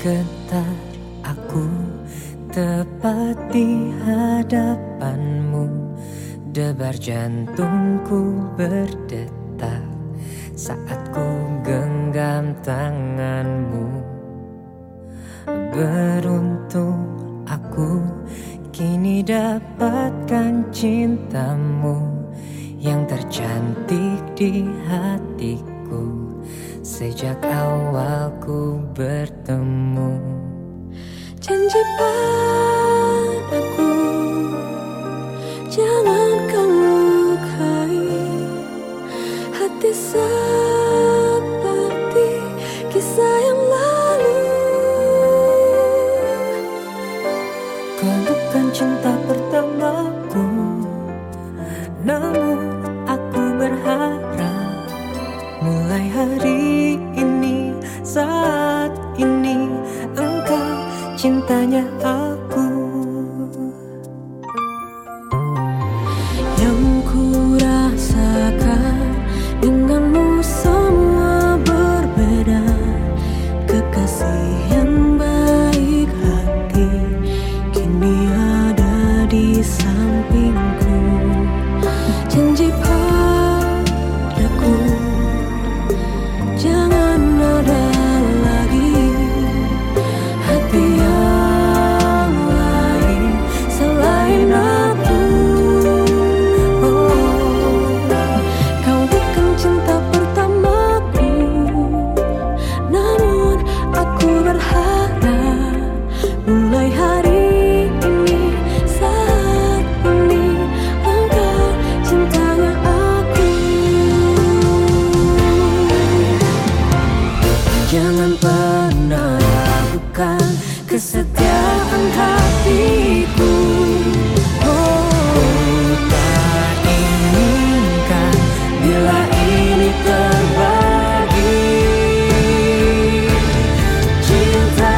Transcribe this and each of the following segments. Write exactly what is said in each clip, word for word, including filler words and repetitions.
Bergetar aku tepat di hadapanmu, debar jantungku berdetak saat ku genggam tanganmu. Beruntung aku kini dapatkan cintamu yang tercantik di hatiku sejak awal ku bertemu. Janji padaku, jangan kau lukai hati seperti kisah yang lalu. Kau bukan cinta pertamaku, namun aku berharap mulai hari ini, saat ini engkau cintanya aku. Yang ku rasakan denganmu semua berbeda. Kekasih yang baik hati kini ada di sampingku. Janji padaku, jangan ada lagi hati yang lain selain aku. Oh, kau bukan cinta pertamaku, namun aku berharap mulai hari ini, saat ini engkau cintanya aku. Jangan pernah ragukan kesetiaan hatiku. Oh, tak inginkan bila ini terbagi cinta.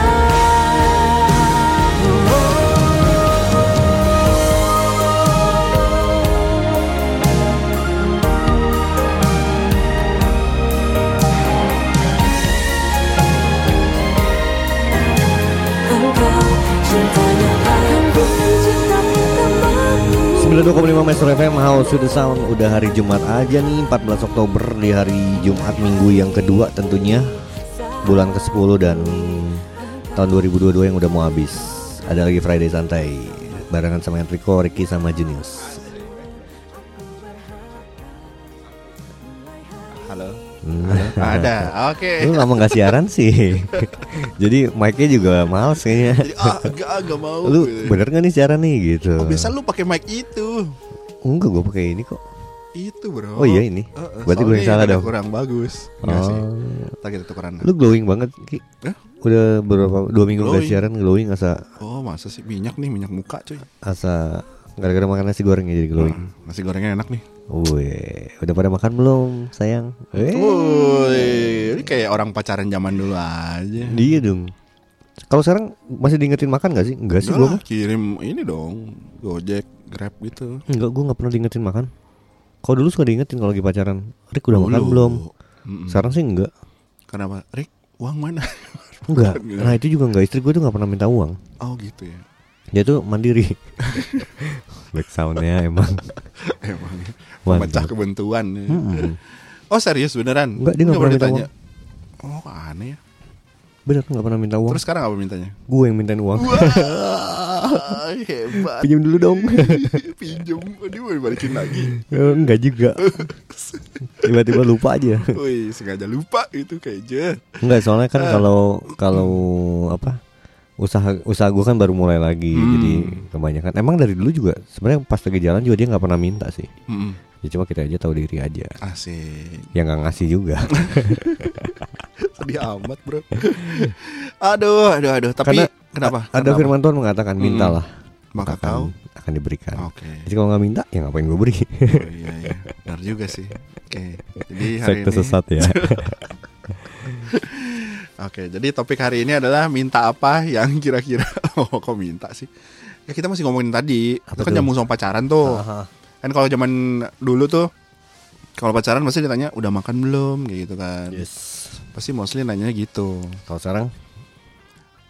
Engkau cintanya aku, cinta pertamaku. sembilan puluh dua koma lima Metro F M House to the Sound. Udah hari Jumat aja nih, empat belas Oktober, di hari Jumat minggu yang kedua tentunya, bulan ke sepuluh dan tahun dua ribu dua puluh dua yang udah mau habis. Ada lagi Friday Santai barengan sama Enrico, Ricky sama Junius. Halo. Hmm. Ada. Oke. Lu lama gak siaran sih. Jadi mic-nya juga males kayaknya. Jadi, ah, enggak, enggak mau. Lu bener gak nih siaran nih gitu? Oh, biasa lu pakai mic itu. Enggak, gue pakai ini kok. Itu, Bro. Oh iya ini. Uh, uh, Berarti gue yang salah dong. Kurang bagus. Enggak Oh. sih. Ntar kita tukeran. Lu glowing banget, Ki. Hah? Udah berapa dua minggu gak Glowing. siaran glowing asa Oh, masa sih minyak nih, minyak muka, cuy. asa gara-gara makan nasi goreng ya jadi glowing. Hmm, nasi gorengnya enak nih. Wih, udah pada makan belum, sayang? Eh, Woi, ini kayak orang pacaran zaman dulu aja. dia dong. Kalau sekarang masih diingetin makan gak sih? Enggak sih, Udah gue lah, kirim ini dong, Gojek, Grab gitu. enggak, gue nggak pernah diingetin makan. Kalau dulu suka diingetin kalau lagi pacaran. Rick udah makan Dulu. belum? Mm-mm. Sekarang sih enggak. Kenapa? Rick, uang mana? Enggak. Nah itu juga enggak, istri gue tuh nggak pernah minta uang. Oh gitu ya. Dia tuh mandiri. Back soundnya emang Emang mantap. memecah kebentuan. Mm-mm. Oh serius beneran? Enggak, dia nggak pernah minta ditanya. Oh aneh ya. Bener nggak pernah minta uang. Terus sekarang apa mintanya? Gue yang mintain uang. Wah, hebat. Pinjam dulu dong. Pinjem, dia mau dibalikin lagi. Eh, enggak juga. Tiba-tiba lupa aja. Wih, sengaja lupa itu kayaknya. Enggak, soalnya kan kalau kalau apa? Usaha usaha gue kan baru mulai lagi. Hmm. Jadi kebanyakan emang dari dulu juga sebenarnya pas lagi jalan juga dia nggak pernah minta sih. Mm-mm. Ya cuma kita aja tahu diri aja. Asik. Yang nggak ngasih juga. Sedih amat, Bro. Aduh, aduh, aduh. Tapi Karena kenapa? Ada Kenapa? firman Tuhan mengatakan mintalah, Maka akan, kau akan diberikan. Oke. Jadi kalau nggak minta ya ngapain gue beri? Oh, iya iya. Benar juga sih. Oke. Jadi hari Sekte ini sesat ya. Oke, jadi topik hari ini adalah minta apa yang kira-kira oh kok minta sih? Ya kita masih ngomongin tadi, Apa itu kan tuh? nyambung sama pacaran tuh. Aha. Kan kalau zaman dulu tuh kalau pacaran pasti ditanya udah makan belum kayak gitu kan. Yes. Pasti mostly nanya gitu. Kalau sekarang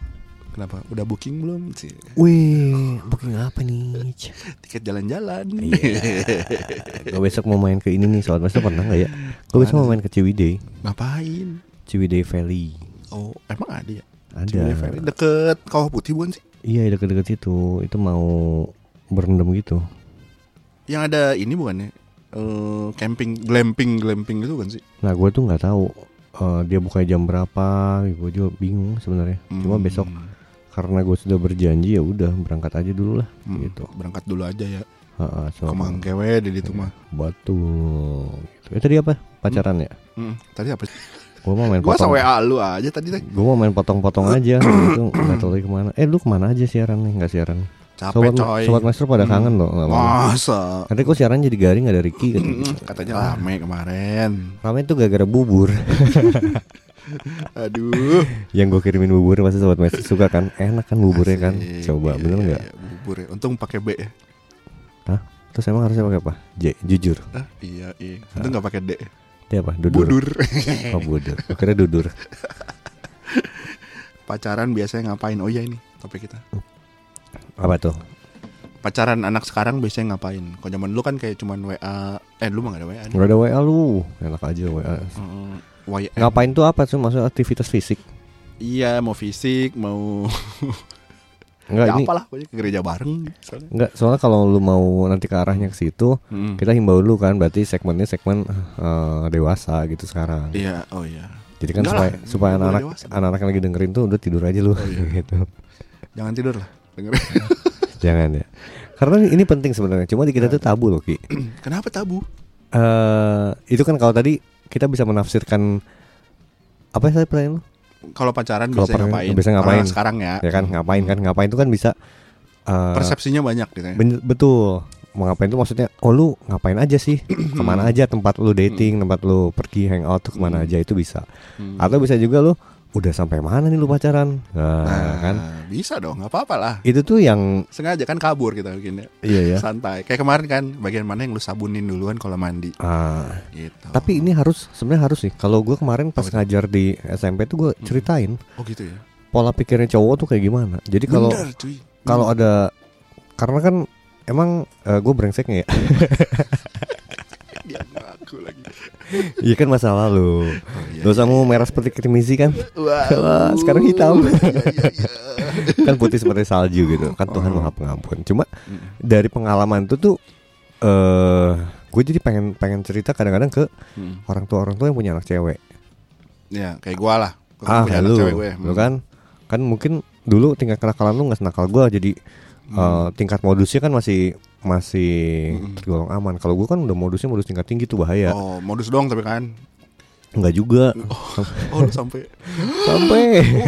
Kenapa? Udah booking belum sih? Wih, booking apa nih? Tiket jalan-jalan. Iya. Gue besok mau main ke ini nih, Sobat Master pernah nggak ya? Gue besok mau main ke Ciwidey. Ngapain? Ciwidey Valley. Oh, emang ada ya? Ada. Ciwidey Valley deket Kawah Putih bukan sih? Iya, deket-deket situ. Itu mau berendam gitu. Yang ada ini bukannya? Uh, camping, glamping, glamping gitu kan sih? Nah, gue tuh nggak tahu uh, dia buka jam berapa. Gue juga bingung sebenarnya. Hmm. Cuma besok karena gue sudah berjanji ya udah berangkat aja dulu lah. Hmm, Gitu. berangkat dulu aja ya. Ha-ha, so- Kemangkewe di itu mah. Betul. Gitu. Eh, tadi apa? Pacaran ya? Hmm, tadi apa? Gue mau main Gua potong. W A lu aja tadi teh. Gue mau main potong-potong aja. Itu nggak tahu lagi kemana. Eh, lu kemana aja siaran nih? Nggak siaran. Capek Sobat, coy. Sobat Master pada kangen loh. Nggak mau. Masa? Nanti kok siaran jadi garing gak ada Ricky gitu. Katanya rame kemarin. Rame tuh gara-gara bubur. Aduh. Yang gue kirimin bubur pasti Sobat Master suka kan. Enak kan buburnya kan. Asik. Coba Iya, bener iya, nggak? iya, bubur ya. Untung pakai B ya. Hah? Terus emang harusnya pakai apa? J, jujur. Ah, iya, iya. Untung nggak pakai D. Dia apa? Dudur. Budur. Oh budur. Gue kira dudur. Pacaran biasanya ngapain? Oh iya ini topik kita. Apa tuh? Pacaran anak sekarang biasanya ngapain? Kalau zaman dulu kan kayak cuman W A. Eh lu mah gak ada W A nih. Gak ada W A lu. Enak aja W A. Mm, Y M. Ngapain tuh apa tuh? Maksudnya aktivitas fisik? Iya, mau fisik, mau Enggak ya ini. apalah, pokoknya ke gereja bareng soalnya. Enggak, soalnya kalau lu mau nanti ke arahnya ke situ, Mm. kita himbau dulu kan, berarti segmennya segmen eh, dewasa gitu sekarang. Iya, oh iya. Jadi kan Enggak supaya lah, supaya enggak anak-anak dewasa. anak-anak yang lagi dengerin tuh udah tidur aja lu iya. gitu. Jangan tidur lah, dengerin. Jangan ya. Karena ini penting sebenarnya. Cuma di kita tuh tabu loh, Ki. Kenapa tabu? Eh itu kan kalau tadi kita bisa menafsirkan apa ya tadi pertanyaan lu? Kalau pacaran Kalau biasanya per- ngapain? biasanya ngapain? Anak sekarang ya. Ya kan ngapain kan? Ngapain itu kan bisa eh, Persepsinya banyak gitu ya. ben- betul. Mau ngapain tuh maksudnya, oh lu ngapain aja sih? Kemana aja tempat lu dating, tempat lu pergi hangout tuh kemana aja itu bisa. Hmm. Atau bisa juga lu udah sampai mana nih lu pacaran? Nah, Nah, kan bisa dong, nggak apa-apa lah. itu tuh yang Sengaja kan kabur kita bikinnya. iya ya. Santai. Kayak kemarin kan, bagian mana yang lu sabunin duluan kalau mandi. Ah, Gitu. tapi ini harus sebenarnya harus sih. Kalau gue kemarin pas Apa itu? ngajar di S M P tuh gue ceritain Oh gitu ya. pola pikirnya cowok tuh kayak gimana. Jadi kalau Bener cuy. kalau ada karena kan emang gue brengseknya ya. Dia ngaku lagi. Iya kan masa lalu. Oh, iya, Dosamu merah seperti krimisi kan? Wah, Wah, sekarang hitam. Iya, iya, iya. Kan putih seperti salju gitu. Kan Tuhan Maha Pengampun. Cuma dari pengalaman itu tuh eh gue jadi pengen pengen cerita kadang-kadang ke Hmm. orang tua orang tua yang punya anak cewek. Ya, kayak gua lah. Gua kan Ah, punya anak lu, cewek gue. lu kan, kan mungkin dulu tingkat kenakalan lu nggak senakal gue, jadi eh, tingkat modusnya kan masih masih Hmm. tergolong aman. Kalau gue kan udah modusnya modus tingkat tinggi tuh bahaya. Oh, modus doang tapi kan. Enggak juga, Oh, lu sampai. sampai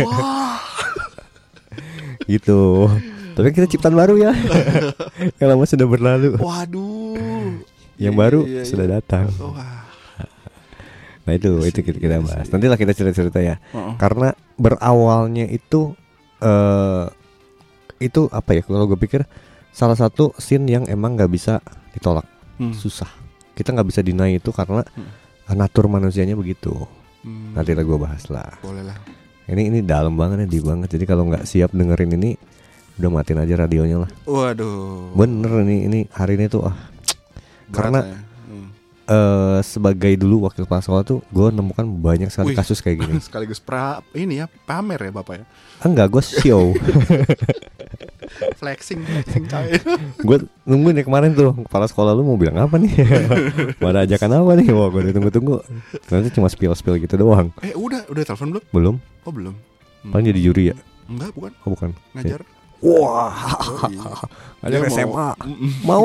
gitu. Tapi kita ciptaan baru ya, yang lama sudah berlalu, Waduh. yang Iya, baru iya, iya. sudah datang. Wah. Nah itu itu kita, kita bahas. Nantilah kita cerita-cerita ya. Oh. Karena berawalnya itu eh itu apa ya? Kalau gue pikir salah satu scene yang emang nggak bisa ditolak, Hmm. susah. Kita nggak bisa deny itu karena natur manusianya begitu. Hmm. Nanti lah gue bahas lah. Boleh lah. Ini ini dalam banget ya, di banget. Jadi kalau nggak siap dengerin ini, udah matiin aja radionya lah. Waduh. Bener ini ini hari ini tuh ah. Berat Karena lah ya. Hmm. eh sebagai dulu wakil kepala sekolah tuh gue nemukan banyak sekali Wih. kasus kayak gini. Sekaligus pra ini ya, pamer ya Bapak ya. Enggak, gue show. Flexing, flexing coy. Gue nungguin ya kemarin tuh, kepala sekolah lu mau bilang apa nih? Mau ada ajakan apa nih? Wah, gue udah tunggu-tunggu. Ternyata cuma spill-spill gitu doang. Eh, udah, udah telepon belum? Belum? Oh, belum. Hmm. Paling jadi juri ya? Enggak, bukan. Oh bukan. Ngajar. Wah, Yoi. ngajar Dia S M A. Mm-mm. Mau?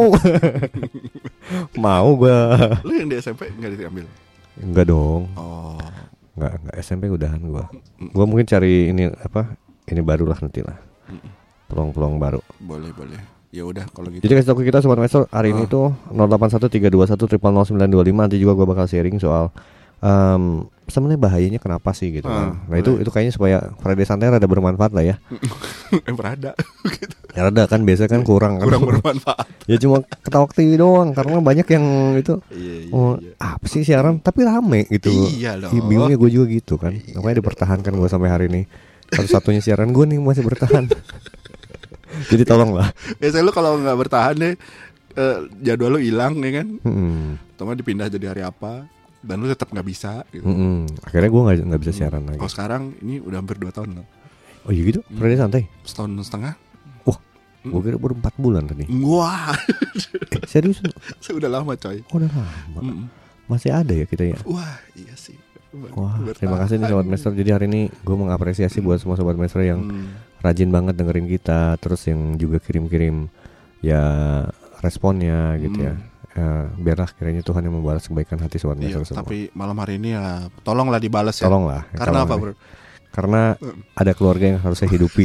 Mau gue? Lu yang di S M P enggak diambil? Enggak dong. Oh. Enggak, enggak S M P udahan gue. Gue mungkin cari ini apa? Ini baru lah nanti lah. Peluang-peluang baru. Boleh, boleh. Ya udah kalau gitu. Jadi kasih tau ke kita Sobat Master, hari ini Ah. tuh nol delapan satu tiga dua satu nol nol sembilan dua lima. Nanti juga gue bakal sharing soal um, sebenarnya bahayanya kenapa sih gitu Ah, kan. Nah itu itu kayaknya supaya Friday Santai rada bermanfaat lah ya. Eh, berada. Gitu. Ya rada kan biasa kan kurang kan. Kurang bermanfaat. Ya cuma ketawa T V doang karena banyak yang itu Iya, iya, oh, iya. apa sih siaran tapi rame gitu. Iya loh. Ih, bingungnya gue juga gitu kan. Makanya dipertahankan gue sampai hari ini. Satu-satunya siaran gue nih masih bertahan. Jadi tolonglah. Biasanya lu kalau nggak bertahan deh, eh, jadwal lu hilang ya kan, hmm. atau nggak dipindah jadi hari apa, dan lu tetap nggak bisa gitu. Hmm. Akhirnya gue nggak nggak bisa siaran lagi. Kalau sekarang ini udah hampir dua tahun loh. Oh iya gitu, Friday santai. Setahun setengah. Wah, gue kira baru empat bulan tadi. Wah, Eh, serius? sudah lama coy. Oh, udah lama. Mm-mm. Masih ada ya kita ya. Wah, iya sih. Ber- Wah, bertahan. terima kasih nih Sobat Maestro. Jadi hari ini gue mengapresiasi buat semua Sobat Maestro yang Hmm. rajin banget dengerin kita, terus yang juga kirim-kirim ya responnya gitu ya. Ya, biarlah kiranya Tuhan yang membalas kebaikan hati Sobat Iya, Maestro semua. tapi malam hari ini ya tolonglah dibalas ya. Tolonglah. ya, Karena tolong apa, nih. Bro? Karena ada keluarga yang harus saya hidupi.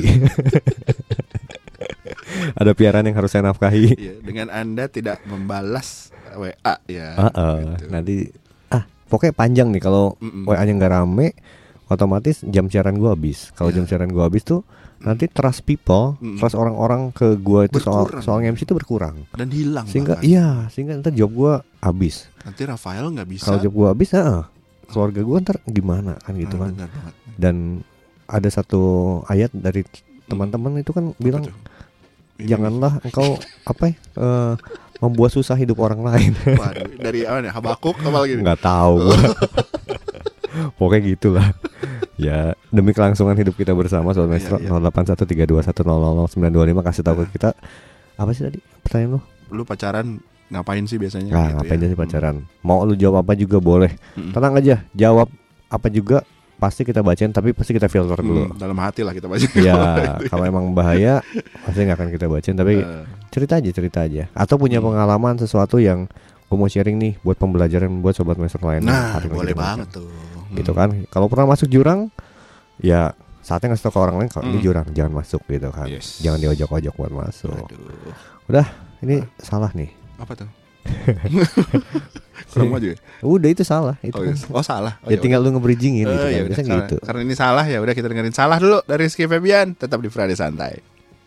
Ada piaraan yang harus saya nafkahi. Iya, dengan Anda tidak membalas W A ya. Ah, ah, gitu. nanti ah pokoknya panjang nih kalau Mm-mm. W A-nya nggak rame, otomatis jam siaran gua habis. Kalau Iya. jam siaran gua habis tuh nanti trust people, Mm-mm. trust orang-orang ke gua itu soal Berkurang. soal M C itu berkurang. Dan hilang Sehingga bahkan. iya, sehingga ntar job gua habis. Nanti Rafael nggak bisa. Kalau job gua habis, ah, keluarga gua ntar gimana kan gitu Ah, kan. benar banget. Dan ada satu ayat dari teman-teman itu kan bilang Apa tuh? Ini- janganlah engkau apa ya, eh, membuat susah hidup orang lain. Waduh, dari apa nih? Habakuk apa lagi? nih? Nggak tahu gua. Pokoknya gitulah. Ya demi kelangsungan hidup kita bersama Sobat Maestro. Iya, iya. nol delapan satu tiga dua satu nol nol sembilan dua lima kasih tahu ke kita apa sih tadi pertanyaan lu? Lu pacaran ngapain sih biasanya? Nah, gitu ngapain ya? aja sih pacaran? Mau lu jawab apa juga boleh. Mm-mm. Tenang aja, jawab apa juga pasti kita bacain, tapi pasti kita filter Hmm, dulu. dalam hati lah kita baca. Ya, kalau emang bahaya pasti nggak akan kita bacain, tapi Eh, cerita aja cerita aja. Atau punya pengalaman sesuatu yang gue mau sharing nih buat pembelajaran buat Sobat Maestro lain. nah, Hari ini boleh kita banget baca. tuh. Gitu kan. Kalau pernah masuk jurang, ya saatnya ngasih tau ke orang lain kalau ini Hmm. jurang, jangan masuk gitu kan. Yes. Jangan diojok-ojok buat masuk. Aduh. Udah, ini salah nih. Apa tuh? Kurang maju ya? Udah itu salah. Itu Oh, kan. yes. Oh salah. Oh, Ya tinggal lu nge-bridgingin Oh, gitu ya kan. udah, Biasanya salah. gitu. Karena ini salah ya udah kita dengerin salah dulu dari Rizky Febian. Tetap di Friday Santai.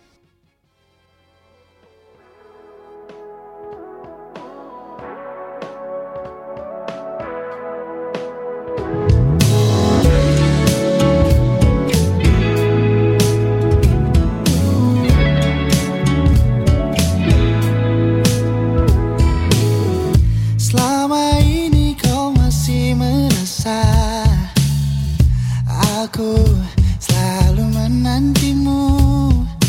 Selama ini kau masih merasa aku selalu menantimu.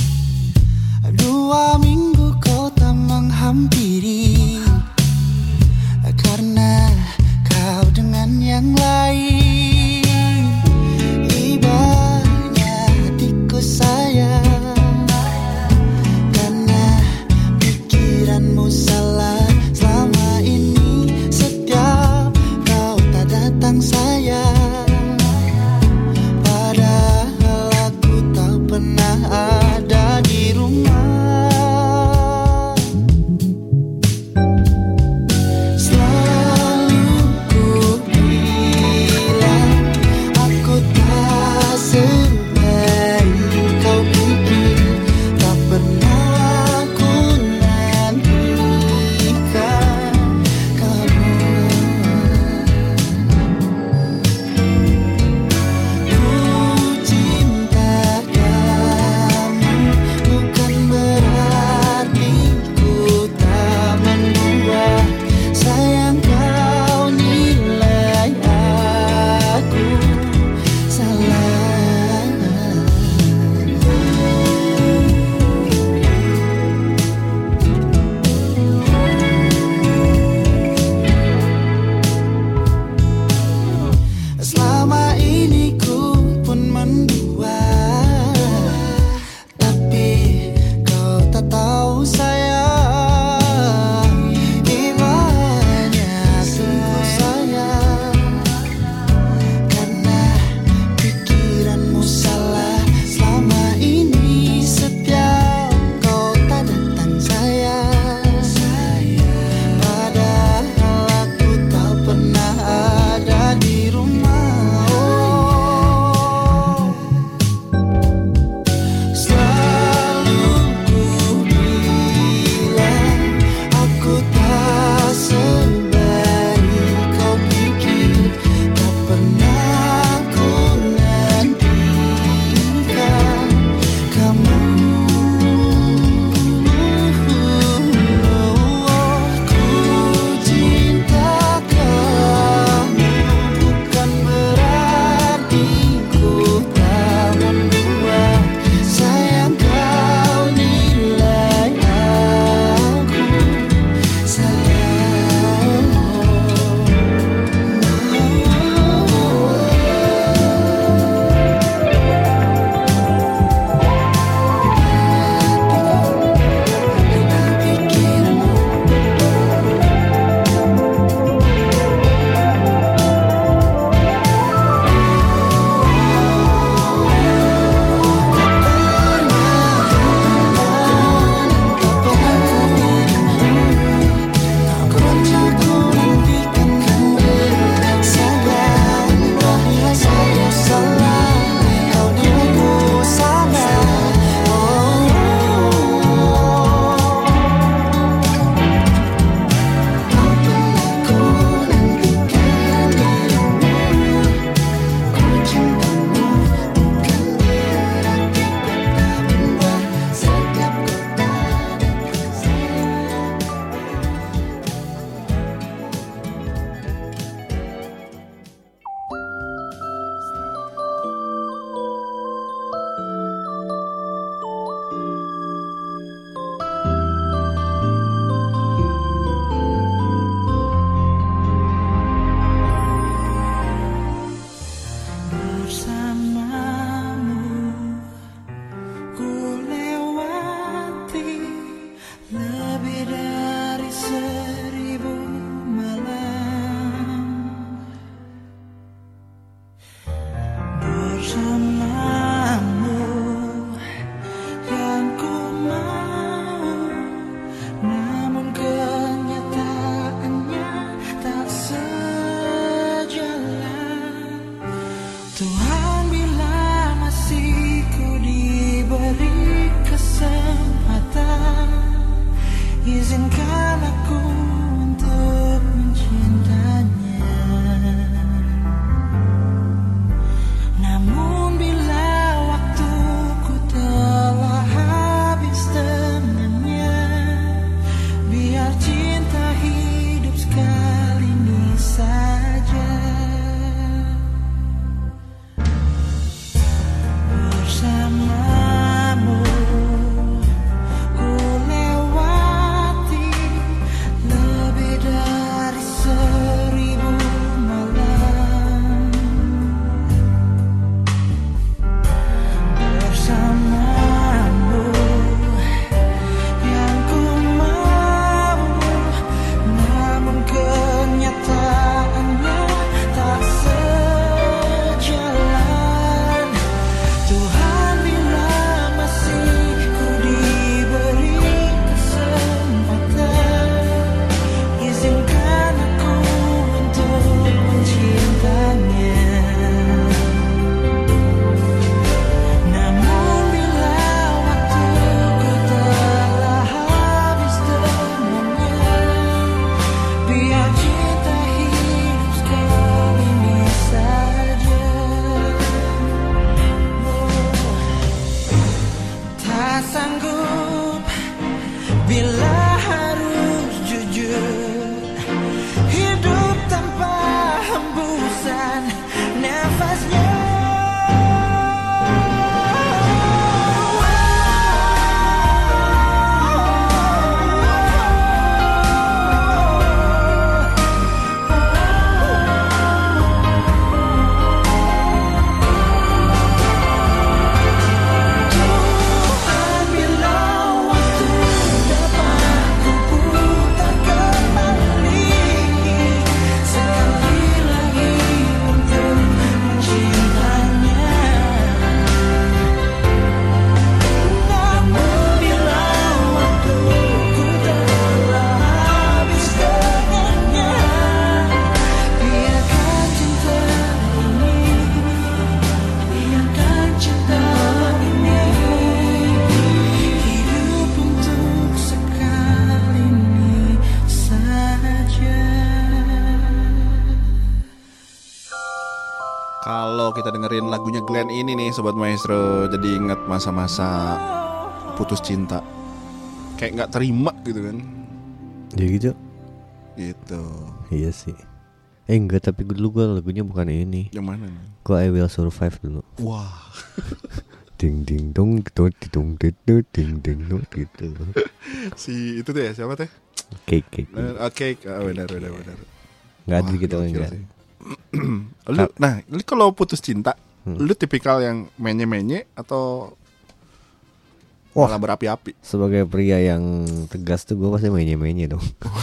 kalau kita dengerin lagunya Glenn ini nih Sobat Maestro, jadi ingat masa-masa putus cinta, kayak nggak terima gitu kan. Ya gitu. Gitu. Iya sih. Eh enggak, tapi dulu gue lagunya bukan ini. Yang mana nih? Gue I Will Survive dulu. Wah. Ding ding dong gitu, ding ding ding ding ding dong gitu. Si itu tuh ya, siapa teh? Cake cake. Oke, ah, benar benar benar. Enggak ada Wah, gitu gokil enggak. sih. Lu, nah, lu kalau putus cinta, Hmm. lu tipikal yang menye-menye atau Wah. malah berapi-api? Sebagai pria yang tegas tuh gue pasti menye-menye dong.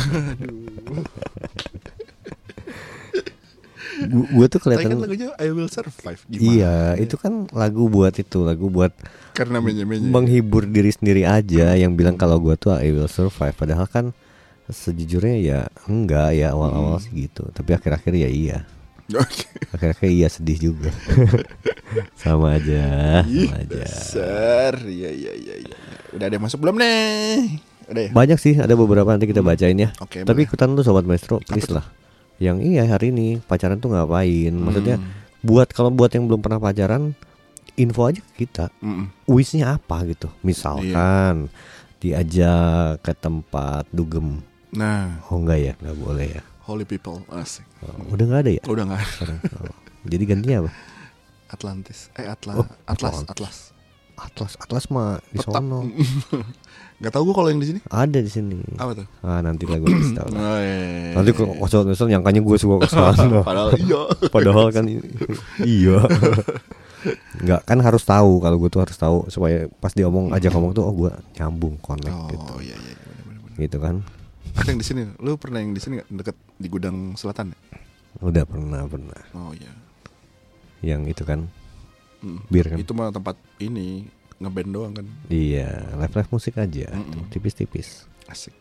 Gue tuh Tapi kan kelihatan. lagunya I Will Survive. Gimana? Iya, itu kan lagu buat itu, lagu buat Karena menye-menye. menghibur diri sendiri aja. Yang bilang kalau gue tuh I will survive. Padahal kan sejujurnya ya enggak ya, awal-awal Hmm. sih gitu. Tapi akhir-akhir ya iya. Oke. Akhir-akhir iya sedih juga. Sama aja, Ih, sama aja. dasar. Iya iya iya iya. Udah ada yang masuk belum nih? Udah ya? Banyak sih, ada beberapa nanti kita bacain ya. Oke, Tapi boleh. ikutan tuh Sobat Maestro, please tuh? lah. Yang iya hari ini pacaran tuh ngapain? Maksudnya Hmm. buat kalau buat yang belum pernah pacaran, info aja ke kita. Mm-mm. Wishnya apa gitu? Misalkan diajak ke tempat dugem. Nah, Oh enggak ya, enggak boleh ya. Holy People, asik. Oh, udah enggak ada ya? Udah nggak ada. Sekarang? Oh. Jadi gantinya apa? Atlantis, eh Atla, Oh, Atlas, Atlantis. Atlas. Atlas, Atlas mah di Tetap. sono. Gak tau gue kalau yang di sini. Ada di sini. Apa tuh? Ah nanti lah gue kasih tahu lah. Oh, iya. Nanti kok kosong-kosong nyangkanya gue suka ke sana. Padahal iya. Padahal kan i- iya. Enggak, kan harus tahu, kalau gue tuh harus tahu supaya pas dia ngomong aja ngomong tuh oh gue nyambung connect gitu. Oh iya iya. Bener-bener. Gitu kan. Ada yang di sini. Lu pernah yang di sini nggak? Deket di Gudang Selatan ya? Udah pernah pernah. Oh iya. Yang itu kan Mm. bir kan. Itu mah tempat ini ngeband doang kan. Iya, live-live musik aja Mm-mm. tuh, tipis-tipis. Asik.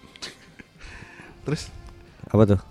Terus Apa tuh?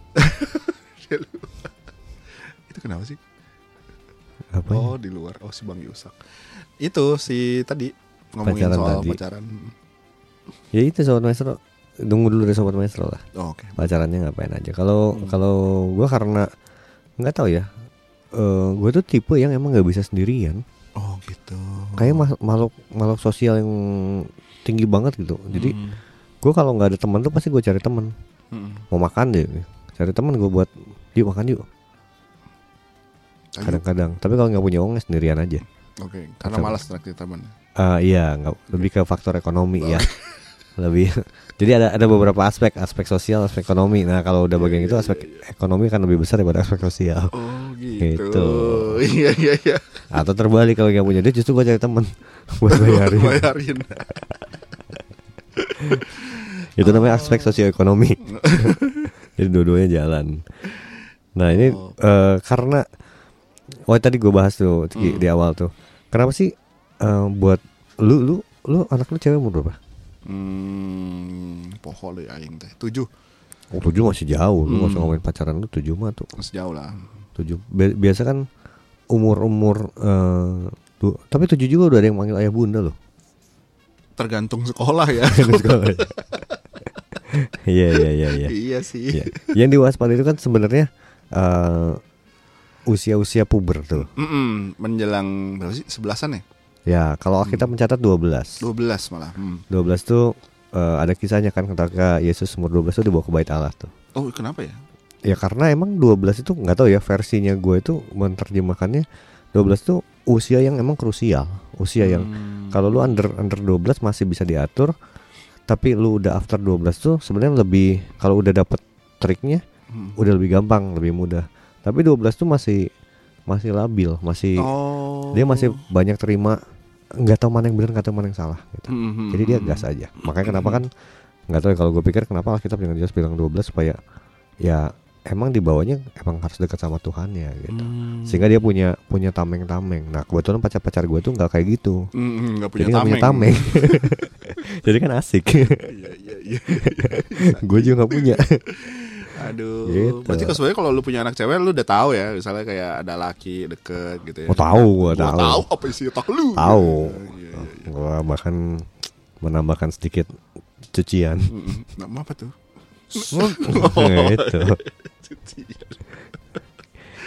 itu kenapa sih? Apa? Oh di luar. Oh si Bang Yusak. Itu si tadi ngomongin Pacaran soal tadi. pacaran. Ya itu Sobat Maestro. Tunggu dulu dari Sobat Maestro lah. Oh, oke. Pacarannya ngapain aja. Kalau Hmm. kalau gue karena nggak tahu ya. Eh gue tuh tipe yang emang nggak bisa sendirian. Oh gitu. Kayak mas- makhluk makhluk sosial yang tinggi banget gitu. Jadi Hmm. gue kalau nggak ada teman tuh pasti gue cari teman. Hmm. Mau makan deh, cari teman gue buat yuk makan yuk. Ayo. Kadang-kadang. Tapi kalau nggak punya uang ya sendirian aja. Oke, karena Atau- malas traktir teman. Ah iya, nggak lebih ke faktor ekonomi ya. Lebih. Jadi ada ada beberapa aspek, aspek sosial, aspek ekonomi. Nah kalau udah bagian itu aspek ekonomi kan lebih besar daripada aspek sosial. Oh gitu. Gitu. Iya iya iya. Atau terbalik, kalau nggak punya duit justru gue cari temen buat bayarin. Bayarin. Itu namanya aspek sosioekonomi. Jadi dua-duanya jalan. Nah ini Oh. eh, karena oh tadi gue bahas tuh di, Hmm. di awal tuh. Kenapa sih eh, buat lu lu lu anak lu cewek umur berapa? Hmm, poho deh aing teh. Tujuh. Oh tujuh masih jauh. Lu nggak usah Hmm. ngomongin pacaran lu tujuh mah tuh. Masih jauh lah. Tujuh. Bi- biasa kan umur-umur eh, du- tapi tujuh juga udah ada yang manggil ayah bunda loh. Tergantung sekolah ya. Iya iya iya iya. Iya sih. Iya. Yang diwaspadai itu kan sebenarnya eh, usia-usia puber tuh. Mm-mm, menjelang berapa sih? Sebelasan ya? Ya, kalau kita mencatat dua belas. Dua belas malah. Hmm. dua belas tuh eh, ada kisahnya kan ketika Yesus umur dua belas tuh dibawa ke bait Allah tuh. Oh kenapa ya? Ya karena emang dua belas itu nggak tahu ya, versinya gue itu menerjemahkannya dua belas tuh usia yang emang krusial. Usia yang Hmm. kalau lu under under dua belas masih bisa diatur, tapi lu udah after dua belas tuh sebenarnya lebih, kalau udah dapet triknya Hmm. udah lebih gampang, lebih mudah. Tapi dua belas tuh masih masih labil, masih Oh. dia masih banyak terima, nggak tahu mana yang benar, nggak tahu mana yang salah gitu. Hmm, Jadi dia hmm, gas aja. Makanya kenapa kan nggak tahu ya, kalau gue pikir kenapa Alkitab dengan jelas bilang dua belas supaya ya emang dibawanya emang harus dekat sama Tuhan ya gitu. Hmm. Sehingga dia punya punya tameng-tameng. Nah kebetulan pacar-pacar gue tuh nggak kayak gitu. Hmm, nggak punya Jadi nggak punya tameng. tameng. Jadi kan asik. Iya iya iya. Gue juga nggak punya. Aduh. Gitu. Berarti kesuai kalau lu punya anak cewek lu udah tahu ya, misalnya kayak ada laki deket gitu ya. Oh tahu, gue Gua tahu. tahu apa isi otak lu. Tahu. Iya, iya, iya. Gue bahkan menambahkan sedikit cucian. Mm-mm. Nama apa tuh? Gitu.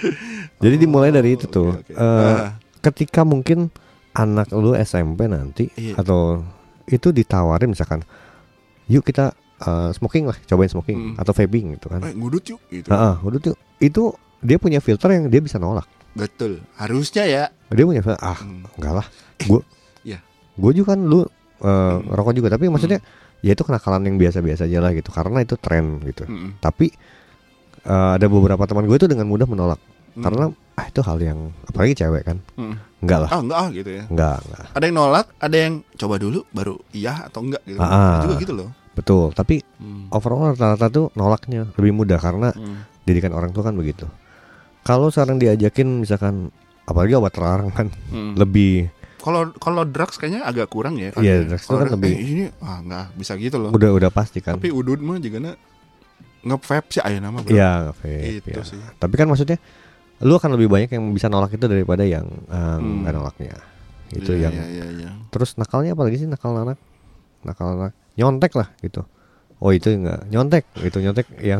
Jadi dimulai dari itu tuh. oke, oke. Eh, Ah. Ketika mungkin anak lu S M P nanti Iya. atau itu ditawarin misalkan, yuk kita eh, smoking lah, cobain smoking Mm. atau vaping gitu kan. Eh, ngudut yuk gitu. Heeh, udah tuh itu dia punya filter yang dia bisa nolak. Betul. Harusnya ya. Dia punya filter, ah Hmm. enggak lah, gue, Iya. gue juga kan lu eh, rokok juga, tapi maksudnya ya itu kenakalan yang biasa-biasa aja lah gitu, karena itu tren gitu. Mm-mm. Tapi eh, ada beberapa teman gue itu dengan mudah menolak Mm. karena ah itu hal yang apalagi cewek kan, Mm. enggak lah, Ah enggak ah gitu ya. enggak enggak. Ada yang nolak, ada yang coba dulu baru iya atau enggak gitu. Ah, ah. Juga gitu loh. Betul, tapi Hmm. overall rata-rata tuh nolaknya lebih mudah karena Hmm. didikan orang tua kan begitu. Kalau sekarang diajakin misalkan apalagi obat terlarang kan Hmm. lebih Kalau kalau drugs kayaknya agak kurang ya. Iya, ya. drugs itu Kalau kan drugs, lebih- eh, ini ah enggak bisa gitu loh. udah udah pasti kan. Tapi udud mah juga na nge-vape sih aya nama bro. Iya, vape, Itu ya. sih. Tapi kan maksudnya lu akan lebih banyak yang bisa nolak itu daripada yang um, Hmm. nggak nolaknya. Itu Iya, yang iya, iya, iya. terus nakalnya apalagi sih nakal anak? Nakal anak nyontek lah gitu. Oh itu enggak nyontek, itu nyontek yang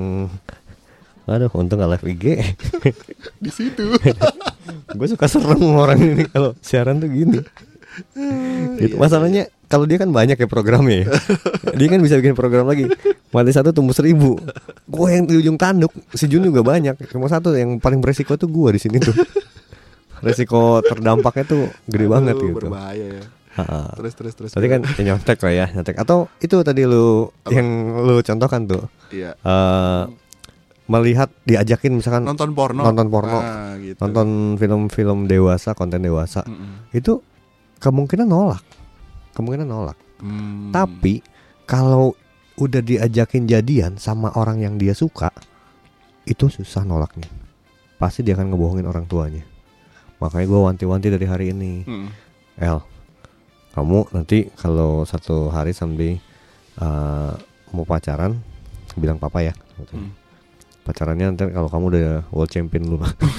aduh untung nggak live I G. Di situ. Gue suka serem orang ini kalau siaran tuh gini. Gitu. Masalahnya kalau dia kan banyak ya programnya ya. Dia kan bisa bikin program lagi. Mati satu tumbuh seribu. Gue yang di ujung tanduk, si Jun juga banyak. Cuma satu yang paling beresiko tuh gue di sini tuh. Resiko terdampaknya tuh gede banget Aduh, gitu. Berbahaya ya. Ha-ha. Terus terus terus. Tadi kan ya nyontek lah ya, nyontek. Atau itu tadi lu Apa? yang lu contohkan tuh. Iya. eh melihat diajakin misalkan Nonton porno. nonton porno, Ah, gitu. nonton film-film dewasa, konten dewasa. Mm-mm. Itu kemungkinan nolak, kemungkinan nolak. Hmm. Tapi kalau udah diajakin jadian sama orang yang dia suka, itu susah nolaknya. Pasti dia akan ngebohongin orang tuanya. Makanya gue wanti-wanti dari hari ini, Mm. El, kamu nanti kalau satu hari someday uh, mau pacaran, bilang papa ya. Gitu. Hmm. Pacarannya nanti kalau kamu udah world champion lu.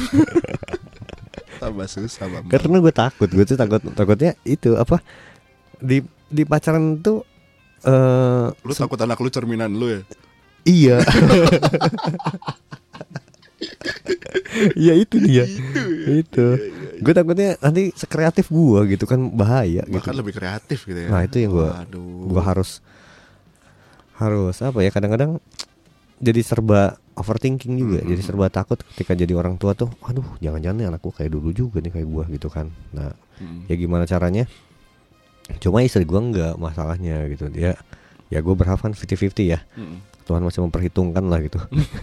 Tambah susah Bang. Karena gue takut, gue tuh takut takutnya itu apa di di pacaran tuh eh Lu takut anak lu cerminan lu ya? iya. Iya itu dia. Itu. Gue takutnya nanti sekreatif gue gitu kan bahaya gitu. Bahkan lebih kreatif gitu ya. Nah, itu yang gua- Waduh. Gue harus harus apa ya kadang-kadang jadi serba overthinking juga, Mm-mm. jadi serba takut ketika jadi orang tua tuh. Aduh, jangan-jangan nih anakku kayak dulu juga nih kayak gue gitu kan. Nah, Mm. ya gimana caranya? Cuma istri gue enggak masalahnya gitu. Dia ya gue berharap kan fifty fifty ya. Mm. Tuhan masih memperhitungkan lah gitu.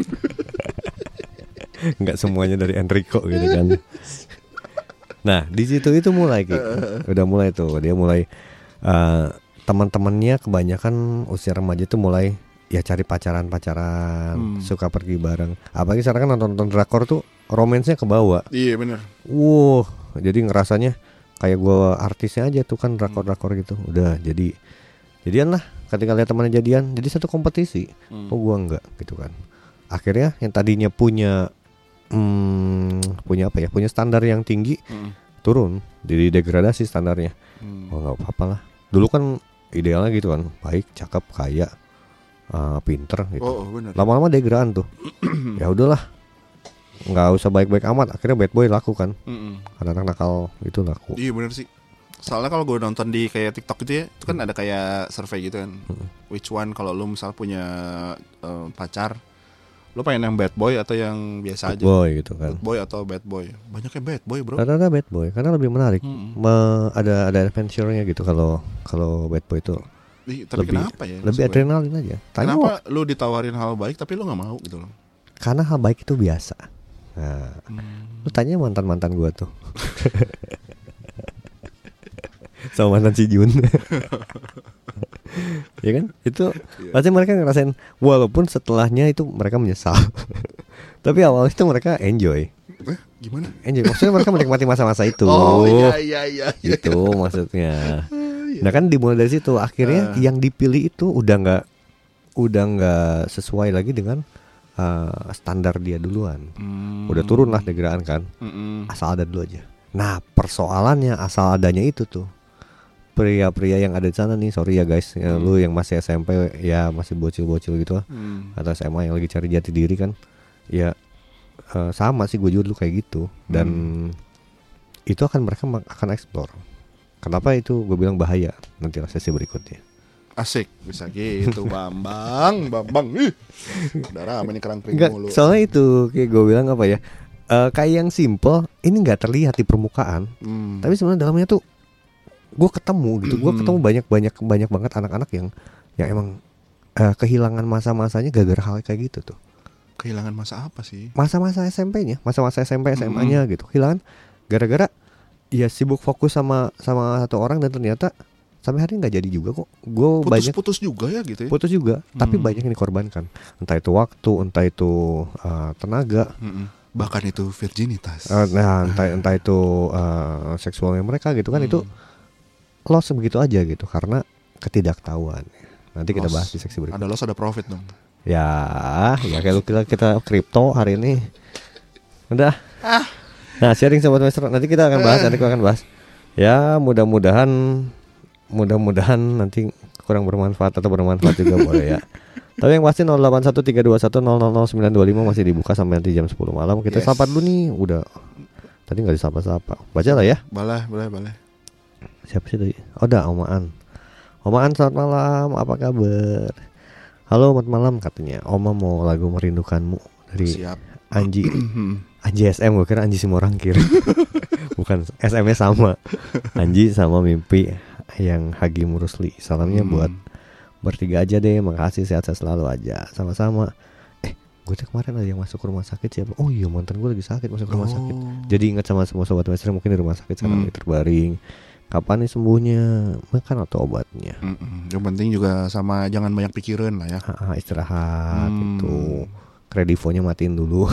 Enggak semuanya dari Enrico gitu kan. Nah, di situ itu mulai Ki. Udah mulai tuh. Dia mulai eh, teman-temannya kebanyakan usia remaja tuh mulai ya cari pacaran-pacaran, Hmm. suka pergi bareng. Apalagi sekarang kan nonton-nonton drakor tuh romansnya kebawa. Iya bener. Wow, jadi ngerasanya kayak gua artisnya aja tuh kan drakor-drakor gitu. Udah jadi jadian lah. Ketika lihat temannya jadian, jadi satu kompetisi. Hmm. Oh gua enggak gitu kan. Akhirnya yang tadinya punya hmm, punya apa ya? Punya standar yang tinggi Mm. turun, jadi degradasi standarnya. Mm. Oh nggak apa-apa lah. Dulu kan idealnya gitu kan, baik, cakep, kaya, uh, pinter gitu. Oh, oh bener. Lama-lama degradasi tuh. Ya udahlah, nggak usah baik-baik amat. Akhirnya bad boy laku kan. Mm-mm. Anak-anak nakal itu laku. Iya bener sih. Soalnya kalau gue nonton di kayak TikTok gitu ya, itu kan ada kayak survei gitu kan. Which one kalau lu misal punya eh, pacar, lu pengen yang bad boy atau yang biasa Bad aja? boy gitu kan. Bad boy atau bad boy? Banyaknya bad boy bro. Rata-rata bad boy karena lebih menarik. Mm-mm. Me- ada ada adventure-nya gitu kalau kalau bad boy itu Ih, tapi lebih kenapa ya? lebih maksud gue? adrenalin aja. Tanya Kenapa lu ditawarin hal baik tapi lu nggak mau gitu loh? karena hal baik itu biasa. Nah, Hmm. lu tanya mantan-mantan gua tuh. Sama mantan si Jun. Ya kan? Itu pasti mereka ngerasain walaupun setelahnya itu mereka menyesal. Tapi awalnya itu mereka enjoy. Eh, gimana? Enjoy. Maksudnya mereka menikmati masa-masa itu. Oh iya iya iya. iya. Gitu maksudnya. Nah kan dimulai dari situ. Akhirnya Ah. yang dipilih itu udah nggak udah nggak sesuai lagi dengan uh, standar dia duluan. Hmm. Udah turun lah degradaan kan. Mm-mm. Asal ada dulu aja. Nah persoalannya asal adanya itu tuh pria-pria yang ada di sana nih, sorry ya guys, ya, Hmm. lu yang masih S M P ya masih bocil-bocil gitu lah, Hmm. atau S M A yang lagi cari jati diri kan, ya uh, sama sih gue juga dulu kayak gitu dan hmm. itu akan mereka akan explore. Kenapa itu gue bilang bahaya nanti sesi berikutnya. Asik bisa gitu Bambang, Bambang. Ih. Udah ramai nih kerang kering mulu. Soalnya itu kayak gue bilang apa ya? Uh, kayak yang simple ini nggak terlihat di permukaan, hmm. tapi sebenarnya dalamnya tuh gue ketemu gitu. Hmm. Gue ketemu banyak banyak banyak banget anak-anak yang yang emang uh, kehilangan masa-masanya gara-gara hal kayak gitu tuh. Kehilangan masa apa sih? Masa-masa S M P-nya, masa-masa S M P S M A-nya hmm. gitu. Kehilangan gara-gara ya sibuk fokus sama sama satu orang dan ternyata sampai hari ini nggak jadi juga kok. Gue banyak putus juga ya gitu ya. Putus juga, hmm. tapi banyak yang dikorbankan. Entah itu waktu, entah itu uh, tenaga, hmm. bahkan itu virginitas. Uh, nah, entah entah itu uh, seksualnya mereka gitu kan hmm. itu loss begitu aja gitu karena ketidaktahuan. Nanti kita loss. Bahas di seksi berikutnya. Ada loss ada profit dong. Ya, ya kayak kita kita kripto hari ini. Udah. Ah. Nah, sharing sobat maestro. Nanti kita akan bahas, nanti kita akan bahas. Ya, mudah-mudahan mudah-mudahan nanti kurang bermanfaat atau bermanfaat juga boleh ya. Tapi yang pasti nol delapan satu tiga dua satu nol nol nol sembilan dua lima masih dibuka sampai nanti jam sepuluh malam. Kita yes. sapa dulu nih, udah. Tadi enggak disapa-sapa. Baca lah ya. Boleh, boleh, boleh. Siapa sih tadi? Oh, dah Omaan. Omaan selamat malam, apa kabar? Halo, selamat malam katanya. Oma mau lagu Merindukanmu dari Siap. Anji. Anji S M, gue kira Anji Simorangkir. Bukan, S M-nya sama. Anji sama Mimpi yang Hagi Murusli. Salamnya hmm. buat bertiga aja deh. Makasih, sehat-sehat selalu aja. Sama-sama. Eh, gue tuh kemarin ada yang masuk rumah sakit siapa? Oh iya, mantan gue lagi sakit masuk rumah oh. sakit. Jadi ingat sama semua sobat maestro mungkin di rumah sakit sekarang hmm. terbaring. Kapan nih sembuhnya? Makan atau obatnya? Mm-mm. Yang penting juga sama jangan banyak pikiran lah ya. Ah, istirahat hmm. itu. Kredivonya matiin dulu.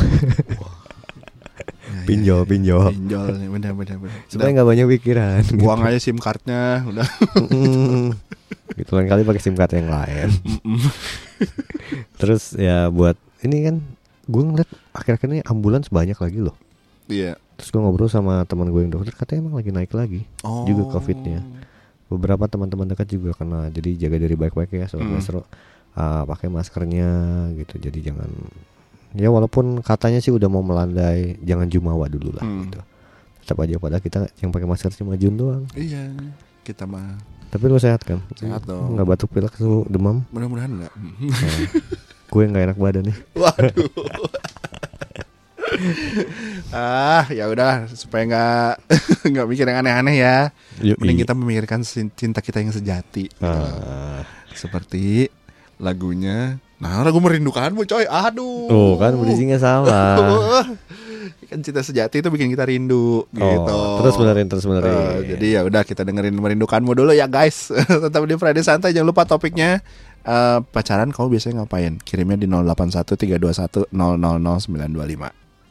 Ya, pinjol, ya, ya. pinjol. Pinjol, bener-bener. Supaya nggak banyak pikiran. Buang aja SIM cardnya, udah. Gitu lain kali pakai SIM card yang lain. Terus ya buat ini kan, gue ngeliat akhir-akhir ini ambulans banyak lagi loh. Iya. Terus gue ngobrol sama teman gue yang dokter, katanya emang lagi naik lagi oh. juga covidnya. Beberapa teman-teman dekat juga kena. Jadi jaga diri baik-baik ya sobat maestro. Uh, pakai maskernya gitu. Jadi jangan, ya walaupun katanya sih udah mau melandai, jangan jumawa dulu lah hmm. gitu. Tetap aja pada kita yang pakai masker cuma Jun doang. Iya, kita mah. Tapi lu sehat kan? Sehat dong. Nggak batuk pilek, su demam? Mudah-mudahan enggak. Nah, gue nggak enak badan nih. Waduh. Ah, ya udah supaya nggak nggak mikir yang aneh-aneh ya. Yui. Mending kita memikirkan cinta kita yang sejati. Ah. Seperti lagunya. Nah, lagu Merindukanmu coy. Aduh. Oh, kan bridging-nya salah. Kan cinta sejati itu bikin kita rindu gitu. Oh, terus benerin, terus benerin. Uh, jadi ya udah kita dengerin Merindukanmu dulu ya guys. Tetap di Friday Santai, jangan lupa topiknya uh, pacaran kamu biasanya ngapain? Kirimnya di nol delapan satu tiga dua satu nol nol nol sembilan dua lima.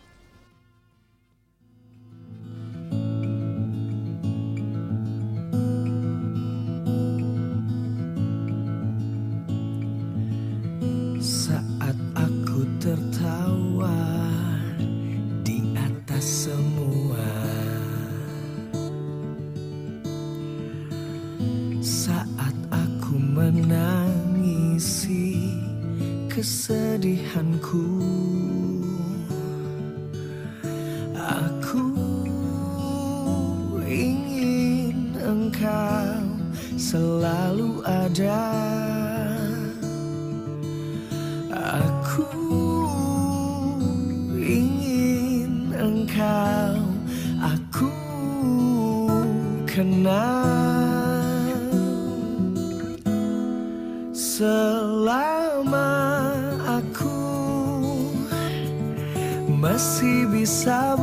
Saat aku tertawa di atas semua, saat aku menangisi kesedihanku, aku ingin engkau selalu ada. Aku ingin engkau aku kenal selama aku masih bisa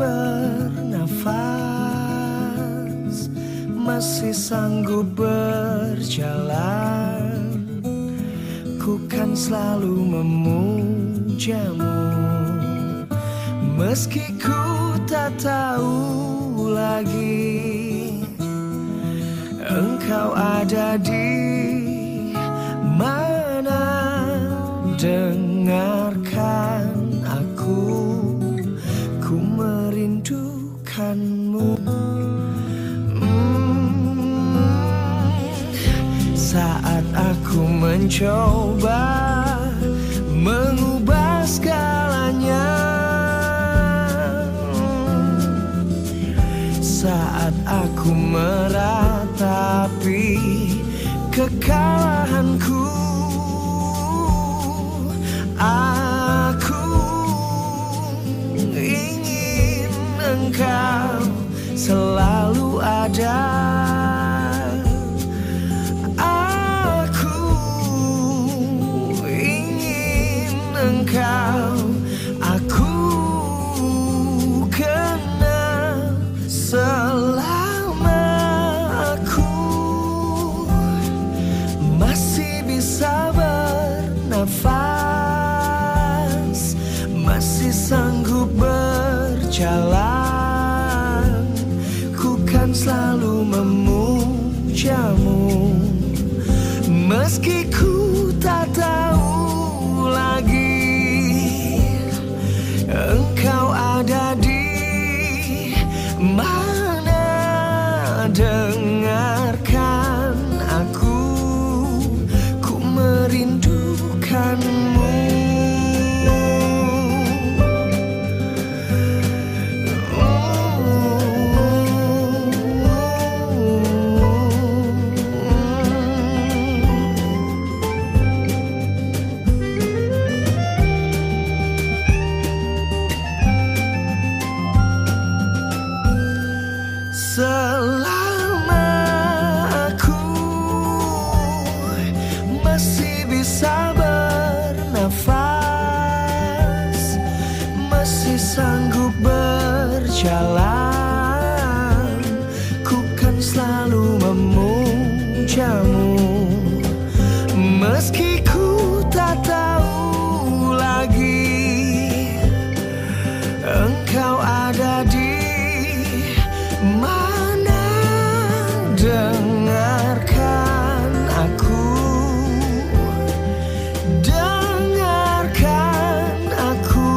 bernafas, masih sanggup berjalan. Ku kan selalu memujamu, meski ku tak tahu lagi engkau ada di mana. Dengarkan aku, ku merindukanmu. Saat aku mencoba mengubah segalanya, meratapi kekalahanku. Aku ingin engkau selalu ada. Aku ingin engkau, aku kenal selama aku masih bisa bernafas, masih sanggup berjalan, ku kan selalu memujamu. Meski ku tak tahu lagi engkau ada di mana, dengarkan aku, ku merindukanmu. Selama aku masih bisa bernafas, masih sanggup berjalan, ku kan selalu memujamu. Meski ku tak tahu lagi engkau ada di mana, dengarkan aku, dengarkan aku,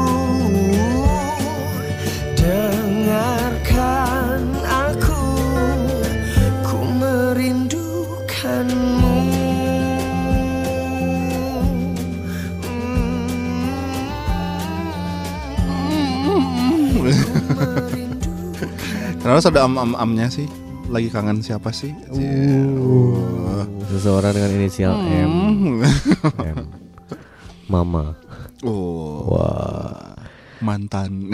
dengarkan aku, ku merindukanmu. Terus ada am-am-amnya sih. Lagi kangen siapa sih? Uh, seseorang dengan inisial M. M. Mama. Oh. Wah. Mantan.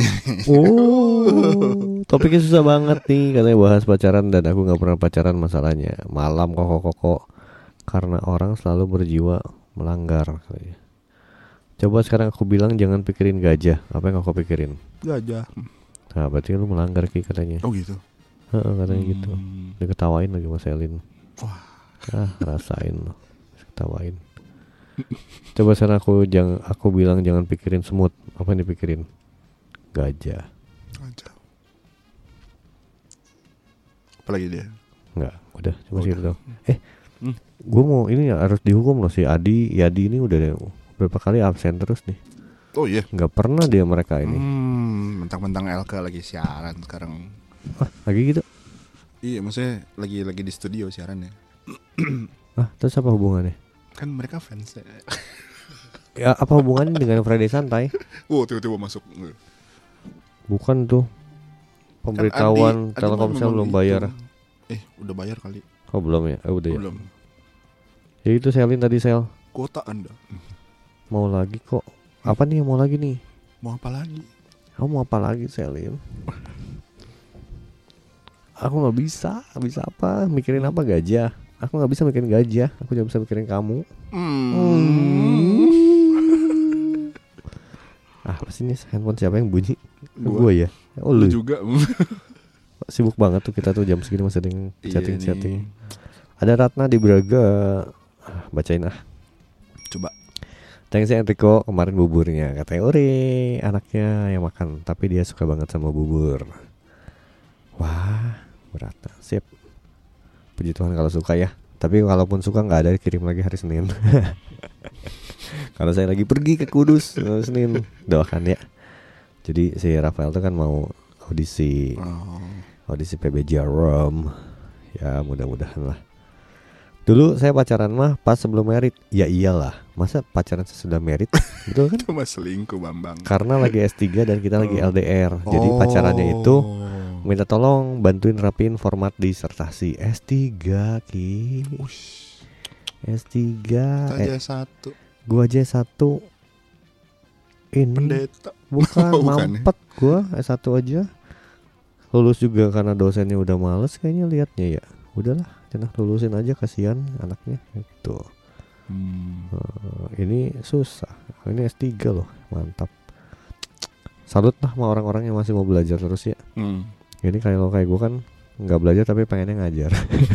Oh. Topiknya susah banget nih, katanya bahas pacaran dan aku nggak pernah pacaran masalahnya. Malam koko-koko karena orang selalu berjiwa melanggar. Coba sekarang aku bilang jangan pikirin gajah. Apa yang aku pikirin? Gajah. Nah, berarti lu melanggar Ki katanya. Oh gitu. Heeh, katanya Hmm. gitu. Diketawain lagi Mas Elin. Wah. Ah, rasain lo. Ketawain. Coba sekarang aku jangan aku bilang jangan pikirin semut. Apa yang dipikirin? Gajah. Gajah. Apalagi dia? Enggak, udah cuma Oh, segitu udah. doang. Eh, Hmm. gue mau ini ya harus dihukum loh si Adi. Yadi ini udah berapa kali absen terus nih. Oh iya. Nggak pernah dia mereka ini. Hmm, mentang-mentang L K lagi siaran sekarang. Ah, lagi gitu. Iya, maksudnya lagi lagi di studio siarannya. Ah, terus apa hubungannya? Kan mereka fans. Ya apa hubungannya dengan Friday Santai? Wow, tiba-tiba masuk. Bukan tuh. Pemberitahuan Kan Adi- Adi Telkomsel memang belum itu. bayar. Eh, udah bayar kali. Oh belum ya? Eh, udah ya. Belum. Ya itu Selin tadi Sel. Kuota Anda. Mau lagi kok. Apa nih yang mau lagi nih? Mau apa lagi? Kamu mau apa lagi Selin? Aku nggak bisa. Bisa apa? Mikirin apa gajah? Aku nggak bisa mikirin gajah. Aku cuma bisa mikirin kamu. Hmm. Ah apa sih nih handphone siapa yang bunyi? Gua. Gue ya. Oh Lu lu juga. sibuk banget tuh kita tuh jam segini masih ada yang Iya chatting-chatting. nih. Ada Ratna di Braga. Ah, bacain ah. Coba. Thanks ya Enrico kemarin buburnya. Katanya ore anaknya yang makan, tapi dia suka banget sama bubur. Wah, berat. Sip. Puji Tuhan kalau suka ya. Tapi kalaupun suka nggak ada kirim lagi hari Senin. Kalau saya lagi pergi ke Kudus hari Senin, doakan ya. Jadi si Rafael tuh kan mau audisi Oh. audisi P B Jarum. Ya mudah-mudahan lah. Dulu saya pacaran mah pas sebelum merit. Ya iyalah, masa pacaran sesudah merit? Betul kan? Itu mah selingkuh Bambang. Karena lagi S tiga dan kita lagi Oh. L D R. Jadi pacarannya itu Hmm. Minta tolong bantuin rapiin format disertasi S tiga Ki. Ush. S tiga Kita aja eh, satu. Gua aja S satu. Ini Pendeta. bukan, Oh, bukan ya? mampet gua S satu aja. Lulus juga karena dosennya udah males kayaknya liatnya ya. Udahlah, jangan lulusin aja, kasihan anaknya gitu. Hmm. Uh, ini susah. Ini S tiga loh, mantap. Salut lah sama orang-orang yang masih mau belajar terus ya. Hmm. Ini kalau kayak gue kan nggak belajar tapi pengennya ngajar.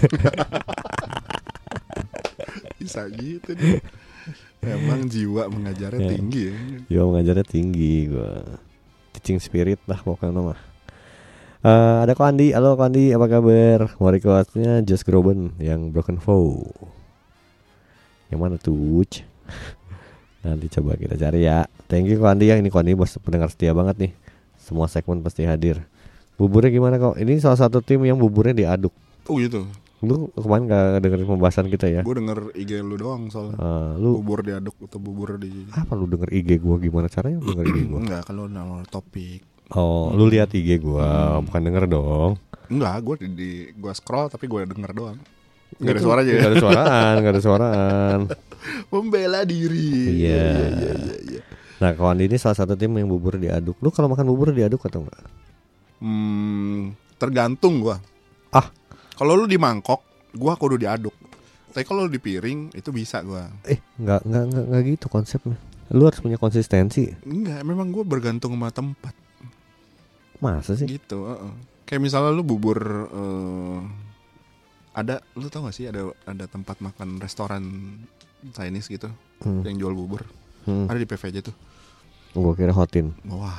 Bisa gitu deh. Emang jiwa mengajarnya Ya. tinggi ya. Yo ngajarnya tinggi gue. Teaching spirit lah pokoknya mah. Uh, ada Ko Andi, halo Ko Andi, apa kabar? Mau requestnya Just Groben yang Broken Vow. Yang mana tuh? Nanti coba kita cari ya. Thank you Ko Andi ya, ini Ko Andi bos pendengar setia banget nih. Semua segmen pasti hadir. Buburnya gimana kok? Ini salah satu tim yang buburnya diaduk. Oh gitu. Lu kemarin gak dengerin pembahasan kita ya? Gue denger I G lu doang soalnya. Uh, lu Bubur diaduk atau bubur di. apa lu denger I G gua, gimana caranya lu denger I G gua? Enggak, kalau nama topik. Oh, lu lihat I G gua, Hmm. bukan denger dong. Enggak, gue di, di gue scroll tapi gue denger doang. Enggak ada suaranya ya. Gak ada suaraan, gak ada suaraan. Membela diri. Iya. Iya, iya, iya, iya. Nah, kawan ini salah satu tim yang bubur diaduk. Lu kalau makan bubur diaduk atau enggak? Hmm, tergantung gua. Ah. Kalau lu di mangkok, gua kudu diaduk. Tapi kalau lu di piring itu bisa gua. Eh, enggak enggak enggak, enggak gitu konsepnya. Lu harus punya konsistensi. Enggak, memang gua bergantung sama tempat. Masa sih? Gitu, uh-uh. Kayak misalnya lu bubur uh, ada, lu tau gak sih ada ada tempat makan restoran Chinese gitu Hmm. yang jual bubur. Hmm. Ada di P V J tuh. Gua kira hotin. Wah.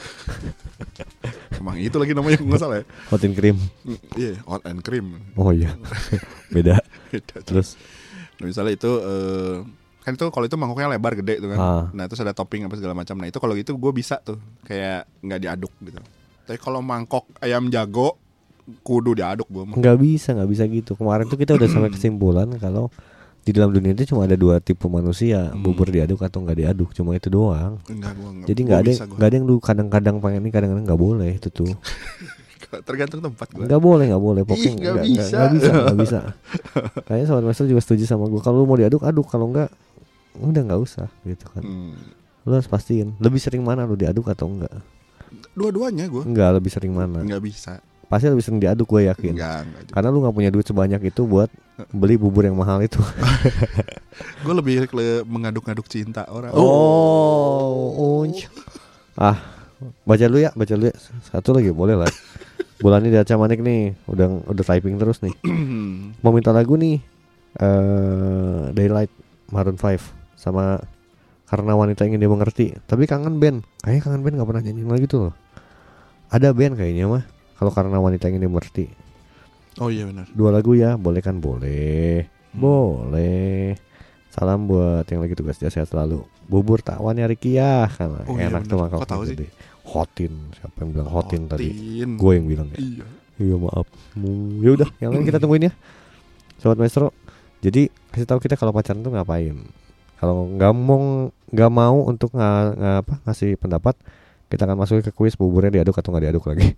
Emang itu lagi namanya nggak salah ya? Hotin krim. Iya, yeah, hot and cream. Oh iya. Beda. Terus Nah, misalnya itu uh, kan itu kalau itu mangkoknya lebar gede tuh kan. Ah. Nah, terus ada topping apa segala macam. Nah, itu kalau gitu gue bisa tuh kayak nggak diaduk gitu. Tapi kalau mangkok ayam jago kudu diaduk gue. nggak bisa, nggak bisa gitu. Kemarin tuh kita udah sampai kesimpulan kalau di dalam dunia itu cuma ada dua tipe manusia, Hmm. bubur diaduk atau nggak diaduk, cuma itu doang. Enggak, gua enggak. Jadi Gua nggak ada bisa, gua. nggak ada yang lu kadang-kadang pengen ini, kadang-kadang nggak boleh itu tuh. Tergantung tempat gue. Nggak boleh, nggak boleh. Pokoknya Ih, nggak nggak bisa. nggak bisa, nggak bisa. Kayaknya sobat master juga setuju sama gue. Kalau lu mau diaduk, aduk. Kalau nggak, udah nggak usah gitu kan. Hmm. Lu harus pastiin. Lebih sering mana lu diaduk atau enggak? Dua-duanya gue Enggak, lebih sering mana? nggak bisa. Pasti lebih sering diaduk, gue yakin. Enggak, enggak. Karena lu nggak punya duit sebanyak itu buat beli bubur yang mahal itu. Gue lebih ke mengaduk-aduk cinta orang. Oh, unj. Ah, baca lu ya, baca lu ya. Satu lagi boleh lah. Bulan ini di Aca Manik nih, udah udah typing terus nih. Mau minta lagu nih, uh, Daylight Maroon five sama Karena Wanita Ingin Dia Mengerti. Tapi kangen band, kayaknya kangen band nggak pernah nyanyiin lagi tuh loh. Ada band kayaknya mah. Kalau Karena Wanita Ingin Dia Mengerti. Oh iya benar. Dua lagu ya, boleh kan? Boleh, Hmm. boleh. Salam buat yang lagi tugas, dia sehat selalu. Bubur takwan ya Riki ya, kan Oh, iya enak bener. tuh makan. Kok tahu sih? gede. Hotin, siapa yang bilang hotin, tadi? Hotin. Gue yang bilang ya. Iya. Iya maaf. Mu- Ya udah, yang lain kita tungguin ya, Sobat Maestro. Jadi kasih tahu kita kalau pacaran tuh ngapain. Kalau nggak mau nggak mau untuk nggak nggak apa ngasih pendapat, kita akan masuk ke kuis buburnya diaduk atau nggak diaduk lagi.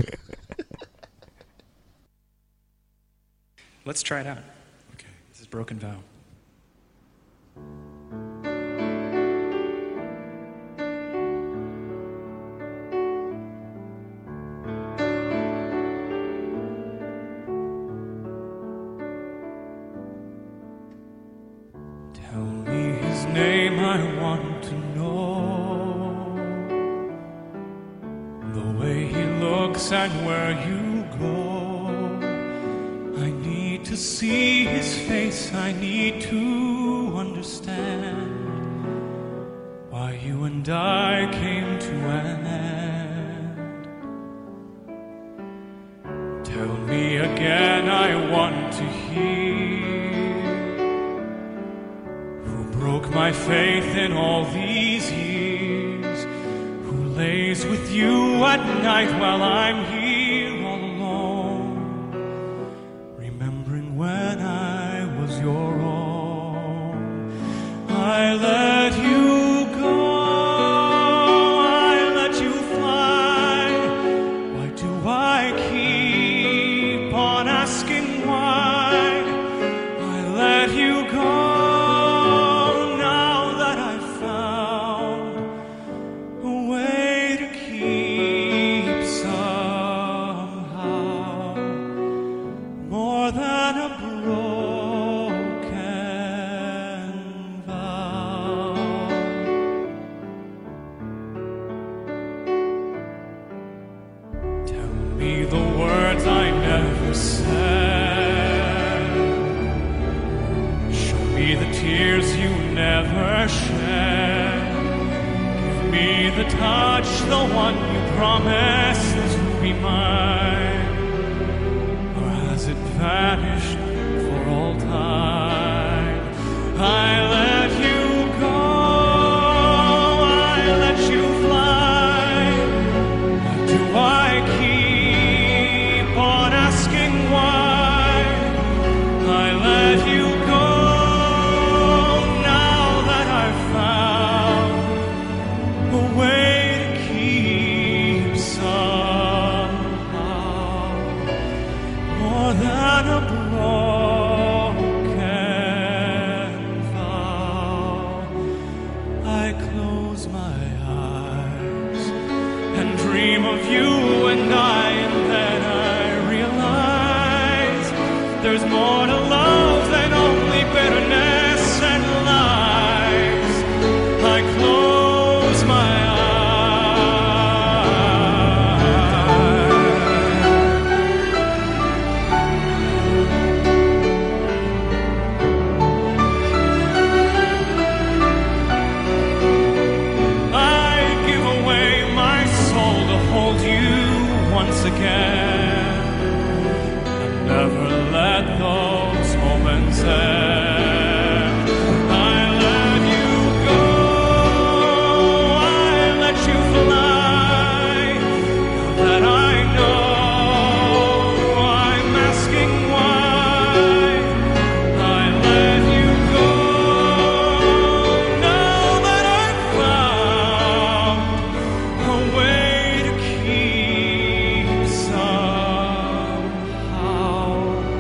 Let's try it out. Okay. This is Broken Vow. Tell me his name, I want to know the way he looks and where you go. I need to see his face, I need to understand why you and I came to an end. Tell me again, I want to hear who broke my faith in all these years, who lays with you at night while I'm here all alone, remembering when I was your own. I let you go, I let you fly. Why do I the touch, the one you promised to be mine? Or has it vanished for all time? I let you go, I let you fly. But do I keep on asking why? I let you go now that I've found a way to keep somehow more than a broken vow. I close my eyes and dream of you and I, and then I realize there's more to love than only bitterness and lies. I close my eyes. I give away my soul to hold you once again, and never let those moments end. I let you go, I let you fly. Now that I know I'm asking why, I let you go now that I've found a way to keep somehow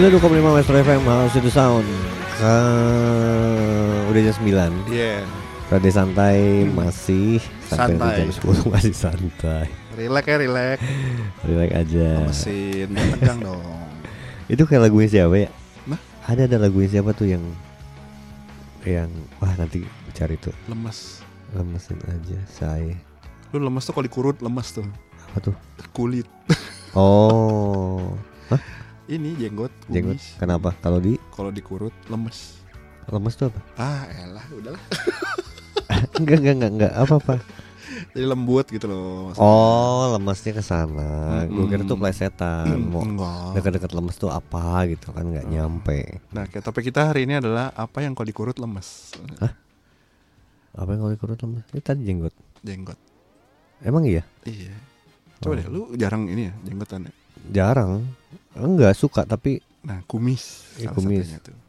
sembilan puluh dua koma lima Maestro F M House to the Sound. Ke... Udah jam sembilan. Iya. Yeah. Radio santai masih sampai Santai. jam sepuluh masih santai. Relax ya, relax. Relax aja. Mesin, jangan tegang dong. Itu kayak lagunya siapa ya? Nah? Ada ada lagunya siapa tuh yang yang wah nanti cari tuh. Lemes. Lemesin aja saya. Lu lemes tuh kalau dikurut lemes tuh. Apa tuh? Kulit. Oh. Hah? Ini jenggot. Jenggot. kumis. Kenapa? Kalau di Kalau dikurut lemes. lemes tuh apa? Ah, elah, udahlah. enggak enggak enggak enggak apa-apa. Jadi lembut gitu loh. maksudnya. Oh, lemesnya ke sana. Gue kira tuh Mm-mm. plesetan. Mau Enggak. dekat-dekat lemes tuh apa gitu kan nggak nyampe. Nah, kayak topik kita hari ini adalah apa yang kalau dikurut lemes. Apa yang kalau dikurut lemes? Ini tadi jenggot. Jenggot. Emang iya? Iya. Coba Oh. deh, lu jarang ini ya jenggotan ya? Jarang. Enggak suka tapi Nah, kumis. Iya, salah kumis. satunya tuh.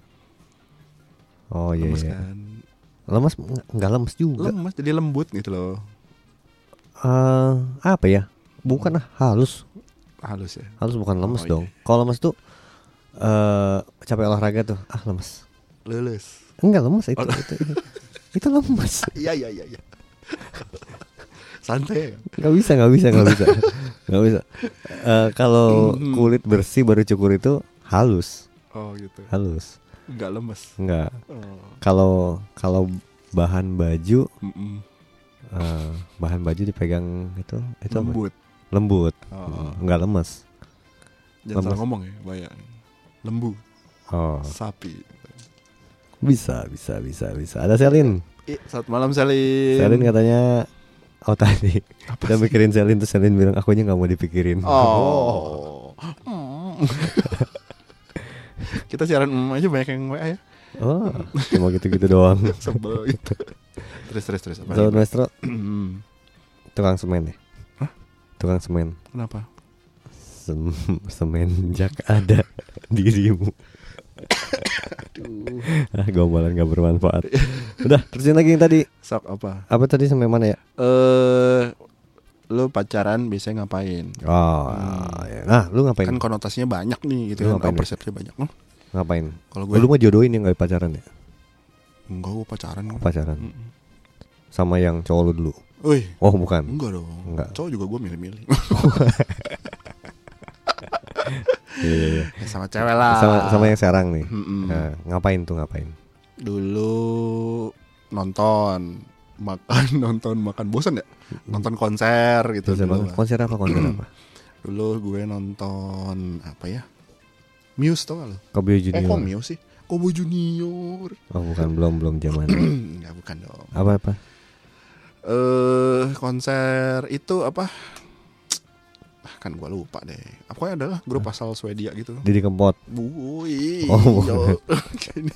oh iya Lemes iya. kan. Lemes enggak lemes juga. Lemes jadi lembut gitu loh. Eh, apa ya? Bukan ah, halus. Halus ya. Halus bukan lemes Oh, dong. Kalau lemes tuh eh capek olahraga tuh. Ah, lemes. Lulus. Enggak lemes itu Oh. itu, itu, itu lemes. Iya, iya, iya, iya. Santai. Nggak bisa, nggak bisa, nggak bisa, nggak bisa. Eh, kalau kulit bersih baru cukur itu halus, Oh, gitu. halus. Enggak lemes. Nggak. Oh. Kalau kalau bahan baju, Mm-mm. eh, bahan baju dipegang itu, itu apa? Lembut. Lembut, Oh. nggak lemes. Jangan salah Lemes. ngomong ya, bayang. Lembu, Oh, sapi. bisa, bisa, bisa, bisa. Ada Selin, Eh, selamat malam Selin. Selin katanya, oh tadi Apa kita sih? mikirin Selin terus Selin bilang aku aja nggak mau dipikirin. Oh. Mm. Kita siaran mm aja banyak yang W A ya. Oh, cuma gitu-gitu doang. Sebel gitu. Terus terus terus apa? Sobat lagi? Maestro, Hmm. tukang semen ya? Hah? Tukang semen. Kenapa? Sem semenjak ada dirimu. Aduh. Ah, gombalan gak bermanfaat. Udah, terusin lagi yang tadi. Sok apa? Apa tadi sampai mana ya? Eh, lu pacaran biasanya ngapain? Oh, ya. Nah, lu ngapain? Kan konotasinya banyak nih gitu Lu kan. ngapain, Oh, persepsinya banyak. Hmm? Ngapain? Kalau Oh, gue lu mah jodohin yang gak pacaran ya? enggak, gue pacaran. Oh, pacaran. Mm-mm. Sama yang cowok lu dulu. Wih, Oh, bukan. enggak dong. Enggak. Cowok juga gue milih-milih. Iya, iya, iya. Ya, sama cewek lah. Sama sama yang sekarang nih. Mm-mm. Nah, ngapain tuh ngapain? Dulu nonton, makan, nonton, makan. Bosan ya? Nonton konser gitu. Konser, Dulu, apa? konser apa? Konser apa? dulu gue nonton apa ya? Muse tau gak lo? Kobe Eh kok Junior. Muse sih? Kobo Junior. Oh, bukan, belum belum zaman. Enggak, bukan dong. Apa apa? Eh konser itu apa? Ah, kan gue lupa deh. Apa adalah grup asal Swedia gitu. Didi Kempot. Bui. Oh, yo. Gini.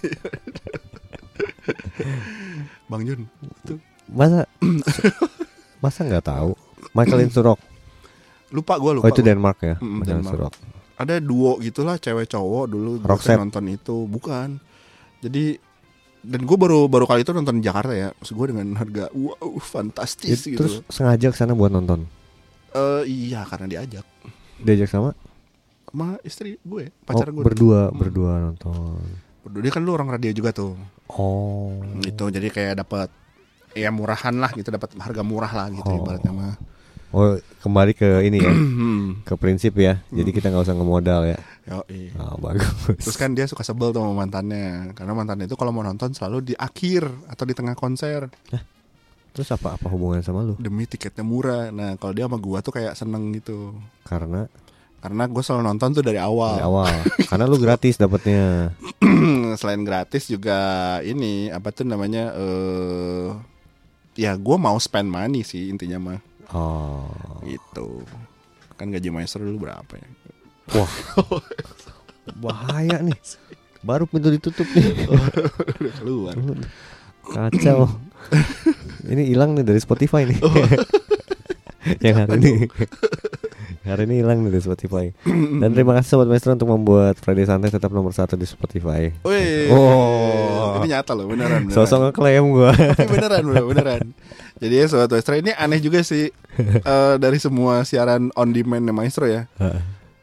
Bang Jun, itu Masa masa nggak tahu? Michael Insurok. lupa gue lupa. Oh, itu gua. Denmark ya. Mm, Michael Denmark. Insurok. Ada duo gitulah cewek cowok dulu gue Roxette. nonton itu, bukan. Jadi dan gue baru baru kali itu nonton di Jakarta ya. Terus gue dengan harga wow fantastis Itu gitu. terus sengaja ke sana buat nonton. Eh, iya karena diajak Diajak sama sama istri gue, oh, pacar gue. berdua, Hmm. berdua nonton. Berdua dia kan lu orang radio juga tuh. Oh. Gitu. Jadi kayak dapat ya murahan lah gitu, dapat harga murah lah gitu Oh. ibaratnya mah. Oh, kembali ke ini ya. Hmm. Ke prinsip ya. Jadi kita nggak usah ngemodal ya. Yoi. Oh, bagus. Terus kan dia suka sebel tuh sama mantannya. Karena mantannya itu kalau mau nonton selalu di akhir atau di tengah konser. Terus apa apa hubungannya sama lu? Demi tiketnya murah. Nah kalau dia sama gua tuh kayak seneng gitu. Karena Karena gue selalu nonton tuh dari awal. dari awal. Karena lu gratis dapatnya. Selain gratis juga ini apa tuh namanya eh ya gue mau spend money sih intinya mah. Oh. Gitu. Kan gaji maestro dulu berapa ya? Wah. Bahaya nih. Baru pintu ditutup nih. Udah keluar. Kacau. Ini hilang nih dari Spotify nih. Yang hari ini. Hari ini hilang nih dari Spotify. Dan terima kasih Sobat Maestro untuk membuat Friday Santai tetap nomor satu di Spotify. Wih. Oh. Ini nyata loh, beneran. beneran. Sosok ngeklaim gua. Tapi beneran, beneran, beneran. Jadi ya Sobat Maestro ini aneh juga sih. Eh, dari semua siaran on demand Maestro ya.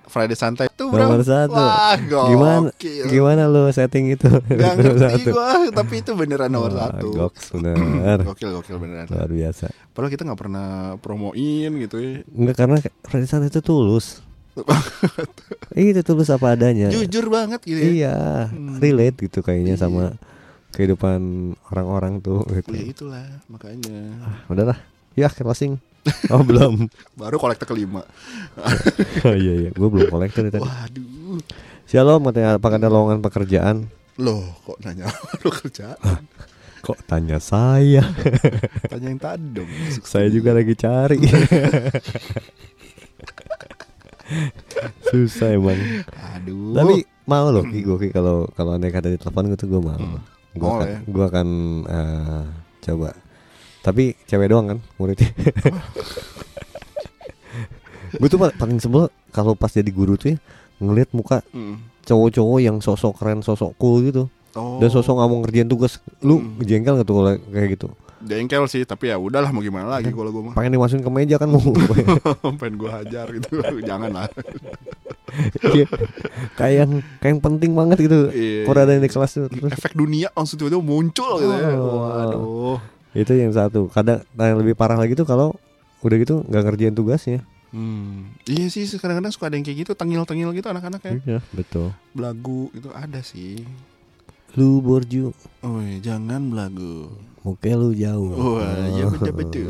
Friday santai tuh bro. Nomor satu. Wah, Gimana gimana lo setting itu? Gak ngerti gue, tapi itu beneran nomor Wah, satu. Goks bener. Gokil gokil beneran. Luar biasa. Padahal kita nggak pernah promoin gitu ya. Enggak, karena Friday santai itu tulus. Itu tulus apa adanya. Jujur banget gitu ya. Iya, relate gitu kayaknya sama kehidupan orang-orang tuh gitu. Ya itulah makanya. Ah, udahlah. Ya closing. Oh belum. Baru kolektor kelima. Oh iya iya, gue belum kolektor tadi. Waduh. Shalom, katanya apakah ada lowongan pekerjaan? Loh, kok nanya lo kerjaan? Kok tanya saya? Tanya yang tadi dong. Saya juga lagi cari. Susah emang. Aduh. Tapi mau loh Ki, gue Ki, kalau kalau aneh kata di telepon gitu gue mau. Hmm. Gue akan, ya? gue akan uh, coba. Tapi cewek doang kan muridnya. Gue tuh paling sebel kalau pas jadi guru tuh ya, ngeliat muka Hmm. cowok-cowok yang sosok keren, sosok cool gitu. Oh. Dan sosok nggak mau ngerjain tugas. Lu Hmm. jengkel gak tuh kalau kayak gitu? Jengkel sih, tapi ya udahlah mau gimana lagi kalau gue mah. Pengen dimasukin ke meja kan mau. Pengen gue hajar gitu. Jangan lah. Iya. Kayak yang kayak yang penting banget gitu. Iya. Kalau ada yang di kelas tuh terus. Efek dunia langsung tiba-tiba muncul gitu ya. Oh. Waduh. Itu yang satu. Kadang yang lebih parah lagi tuh kalau udah gitu nggak ngerjain tugasnya. Hmm. Iya sih, kadang-kadang suka ada yang kayak gitu, tengil-tengil gitu anak-anak ya. Iya betul. Belagu itu ada sih. Lu borju, Oh jangan belagu. muka lu jauh. Wah, ya betul-betul.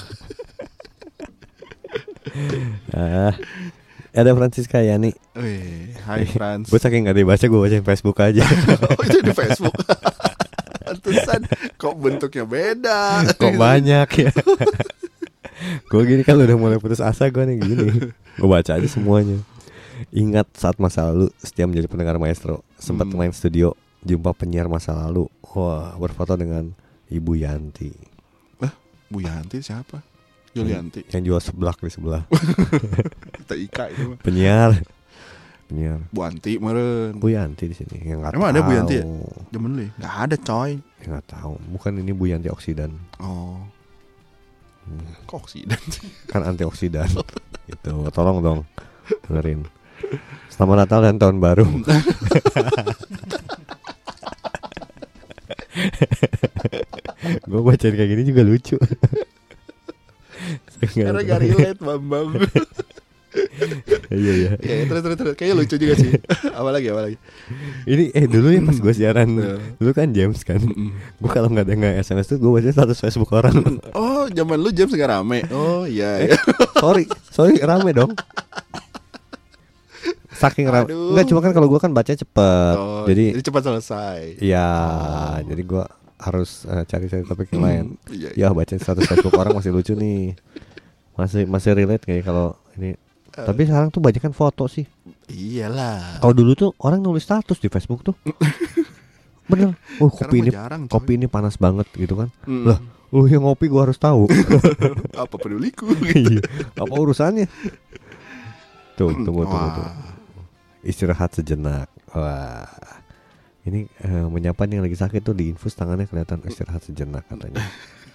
Ah, ada Francisca Yani. Wih, hai Frans. Gue saking nggak dibaca gue baca Facebook aja. Oh itu di Facebook. Pantesan kok bentuknya beda. Kok banyak ya. Gue gini kan udah mulai putus asa gue nih gini. Gue baca aja semuanya. Ingat saat masa lalu setia menjadi pendengar maestro. Sempat Hmm. main studio, jumpa penyiar masa lalu. Wah, berfoto dengan Ibu Yanti. Eh, Bu Yanti siapa? Yulianti. Yang jual seblak di sebelah. Kita Ika itu mah. Penyiar. Penyiar. Bu Anti meren. Bu Yanti di sini. Yang nggak Emang ada Bu tahu. Yanti ya? Zaman dulu ya? Gak ada coy. Yang nggak tahu. Bukan ini Bu Yanti oksidan. Oh. Kok oksidan sih? Kan antioksidan. Gitu. Tolong dong dengerin. Selamat Natal dan Tahun Baru. Gue bacain kayak gini juga lucu. Karena gak relate Bambang. Iya iya. Iya terus terus terus. Kayaknya lucu juga sih. Apa lagi apa lagi? Ini eh dulu ya pas gue siaran, Iya. dulu kan James kan. Gue kalau nggak ada nggak S M S tuh gue baca status Facebook orang. Oh zaman lu James gak rame. Oh iya iya. sorry sorry rame dong. Saking rame. Aduh. Enggak, cuma kan kalau gue kan baca cepet. Oh, jadi jadi cepat selesai. Iya, Oh. jadi gue harus uh, cari-cari topik yang lain. Iya, Ya baca status Facebook orang masih lucu nih, masih masih relate kayak kalau ini. Uh. Tapi sekarang tuh banyak kan foto sih. Iyalah. Kalau dulu tuh orang nulis status di Facebook tuh. Bener. Oh kopi Sekarang ini mah jarang, coy. kopi ini panas banget gitu kan. Mm. Lah, lu yang ngopi gue harus tahu. Apa peduliku gitu. Iya. Apa urusannya? Tuh tunggu tunggu Wah. tuh. Istirahat sejenak. Wah. Ini uh, menyapa nih yang lagi sakit tuh diinfus tangannya kelihatan istirahat sejenak katanya.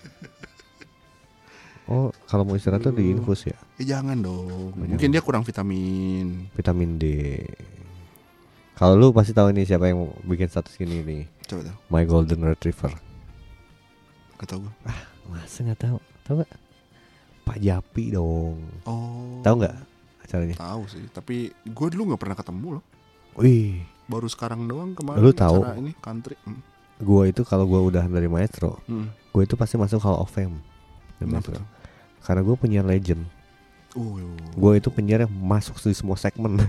Oh, kalau mau istirahat tuh diinfus ya. Eh jangan dong. Jangan. Mungkin dia kurang vitamin. Vitamin D. Kalau lu pasti tahu nih siapa yang bikin status gini nih. Coba tahu. My Golden Retriever. Gak tau gue. Masa nggak tahu? Tahu nggak? Pak Japi dong. Oh. Tahu nggak acaranya? Tahu sih. Tapi gue dulu nggak pernah ketemu loh. Wih, Baru sekarang doang kemarin. Lu tahu? acara ini country. Hmm. gua itu kalau gua udah dari Maestro, Hmm. gua itu pasti masuk Hall of Fame. Dari Kenapa Maestro. tuh? Karena gua penyiar legend. Uh. Gue itu penyiar yang masuk di semua segmen.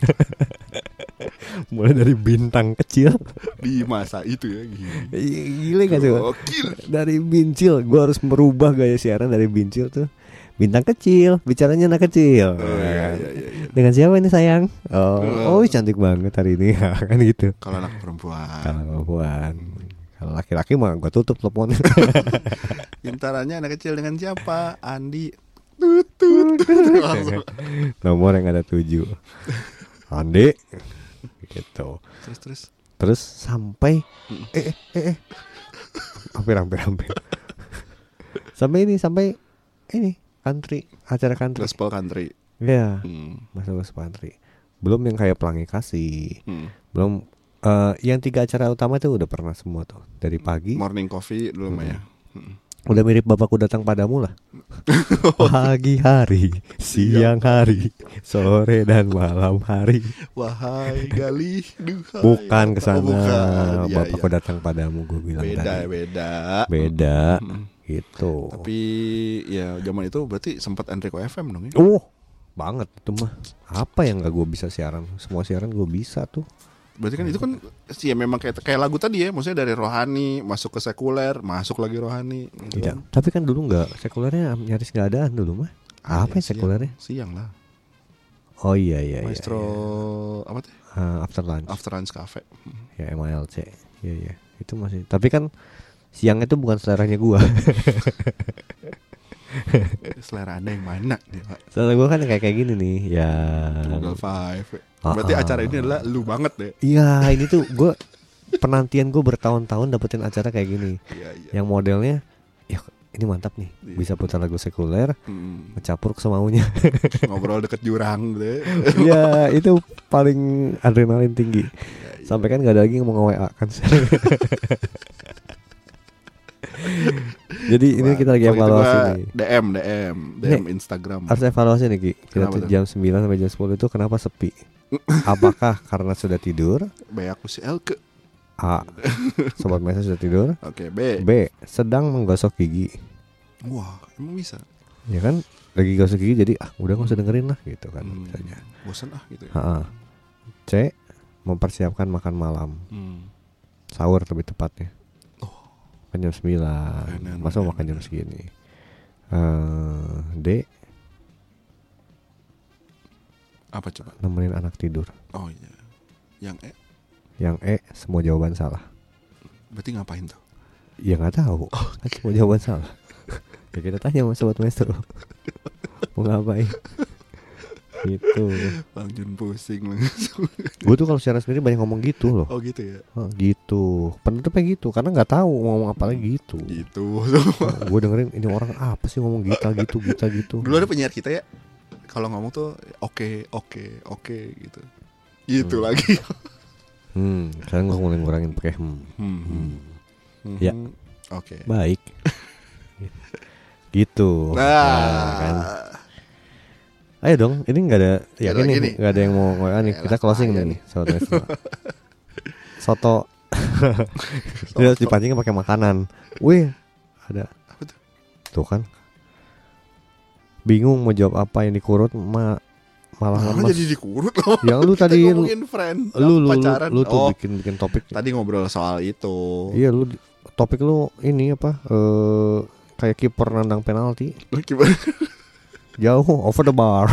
Mulai dari bintang kecil. Di masa itu ya. Gila. Gile gak sih? Gokil. Dari bincil, gue harus merubah gaya siaran dari bincil tuh bintang kecil, bicaranya anak kecil. Oh, iya, iya, iya, iya. Dengan siapa ini sayang? Oh, Oh. oh cantik banget hari ini. Kan gitu. Kalau anak perempuan. Kalau perempuan, kalau laki-laki mah gue tutup teleponnya. Pintarannya anak kecil dengan siapa? Andi. Tut, tut. Langsung. Nomor yang ada tujuh. Andi. Gitu. Terus terus. Terus sampai eh eh eh, eh. hampir hampir hampir. Sampai ini sampai ini country, acara country. Gospel country. Iya, Hmm. masuk ke country. Belum yang kayak Pelangi Kasih. Hmm. Belum uh, yang tiga acara utama itu udah pernah semua tuh. Dari pagi. Morning Coffee dulu mah Hmm. ya. Hmm. Udah mirip Bapakku Datang Padamu lah. Pagi hari, siang hari, sore dan malam hari. Wahai Galih, duhai. Bukan kesana. Oh, bukan. Iya, Bapakku iya. Datang Padamu gue bilang Beda, tadi. beda. Beda. Hmm. Gitu. Tapi ya zaman itu berarti sempat Enrico F M dong ya? Oh, banget itu mah. Apa yang gak gue bisa siaran? Semua siaran gue bisa tuh. Berarti kan itu kan sih ya memang kayak kayak lagu tadi ya, maksudnya dari rohani masuk ke sekuler, masuk lagi rohani gitu Iya. kan. Tapi kan dulu nggak sekulernya nyaris nggak adaan dulu mah. Apa Ya, yang sekulernya? Siang, siang lah. Oh iya iya. Maestro iya, apa tuh? iya. Uh, after lunch. After Lunch Cafe. Ya M L C. Iya iya. Itu masih. Tapi kan siang itu bukan seleranya gua. Selera Anda yang mana nih, Pak? Selera gua kan kayak kayak gini nih. Ya. Google Five. Berarti Ah, ah. acara ini adalah lu banget deh. Iya ini tuh gua penantian gua bertahun-tahun dapetin acara kayak gini. Iya, iya. Yang modelnya, ya ini mantap nih. Iya. Bisa putar lagu sekuler, Hmm, ngecampur semaunya. ngobrol deket jurang deh. Iya itu paling adrenalin tinggi. Sampai kan gak ada lagi yang mau nge-W A kan. Jadi ini kita lagi Kalau gitu evaluasi gua nih. D M, D M, D M Instagram. Harus evaluasi nih Ki. Kita Kenapa tuh tuh? jam sembilan sampai jam sepuluh itu kenapa sepi? Apakah karena sudah tidur? B aku si Elke. A. Sobat Mesa sudah tidur. Oke, B. B. Sedang menggosok gigi. Wah, emang bisa. Ya kan lagi gosok gigi jadi ah udah gak usah dengerin lah gitu kan Hmm, misalnya. bosan ah gitu ya. Ha-ha. C. Mempersiapkan makan malam. Hmm. Sahur lebih tepatnya. Oh. Kan jam sembilan. Benar, Masa benar, makan jam benar. segini. Eh, D. Apa coba? Nemenin anak tidur. Oh iya. Yang E Yang E. Semua jawaban salah. berarti ngapain tuh? Ya nggak tahu. Kan semua jawaban salah. Ya kita tanya sama Sobat Maestro. Mau ngapain? Gitu. Bang Jun pusing langsung. Gue tuh kalau secara sendiri banyak ngomong gitu loh. Oh gitu ya. Oh, gitu. Penutupnya gitu. Karena nggak tahu mau ngomong apa lagi gitu. Gitu. Gue dengerin ini orang apa sih ngomong gita gitu gita gitu. Dulu ada penyiar kita ya. Kalau ngomong tuh oke, oke, oke gitu. Gitu Hmm. lagi. Hmm. Sekarang gue mulai ngurangin pakai hmm. Hmm. Hmm. Hmm. Ya. Oke. Baik. Gitu. Nah, kan. Ayo dong, ini nggak ada, Nggak yakin ada nih lagi nih. nggak ada yang mau ngomong nih. Kita Elah, closing payah nih, nih. Sobat Maestro. Soto. Dia harus dipancing pakai makanan. Wih, ada. Apa tuh? Tuh kan. Bingung mau jawab apa yang dikurut, ma malah Malah lemes. jadi dikurut loh. Yang lu Kita tadi lu, ngomongin friend, lu, lu, lu, pacaran. lu tuh oh, bikin bikin topik. tadi ngobrol soal itu. Iya lu topik lu ini apa? Eh kayak kiper nendang penalti. Gimana? Jauh over the bar.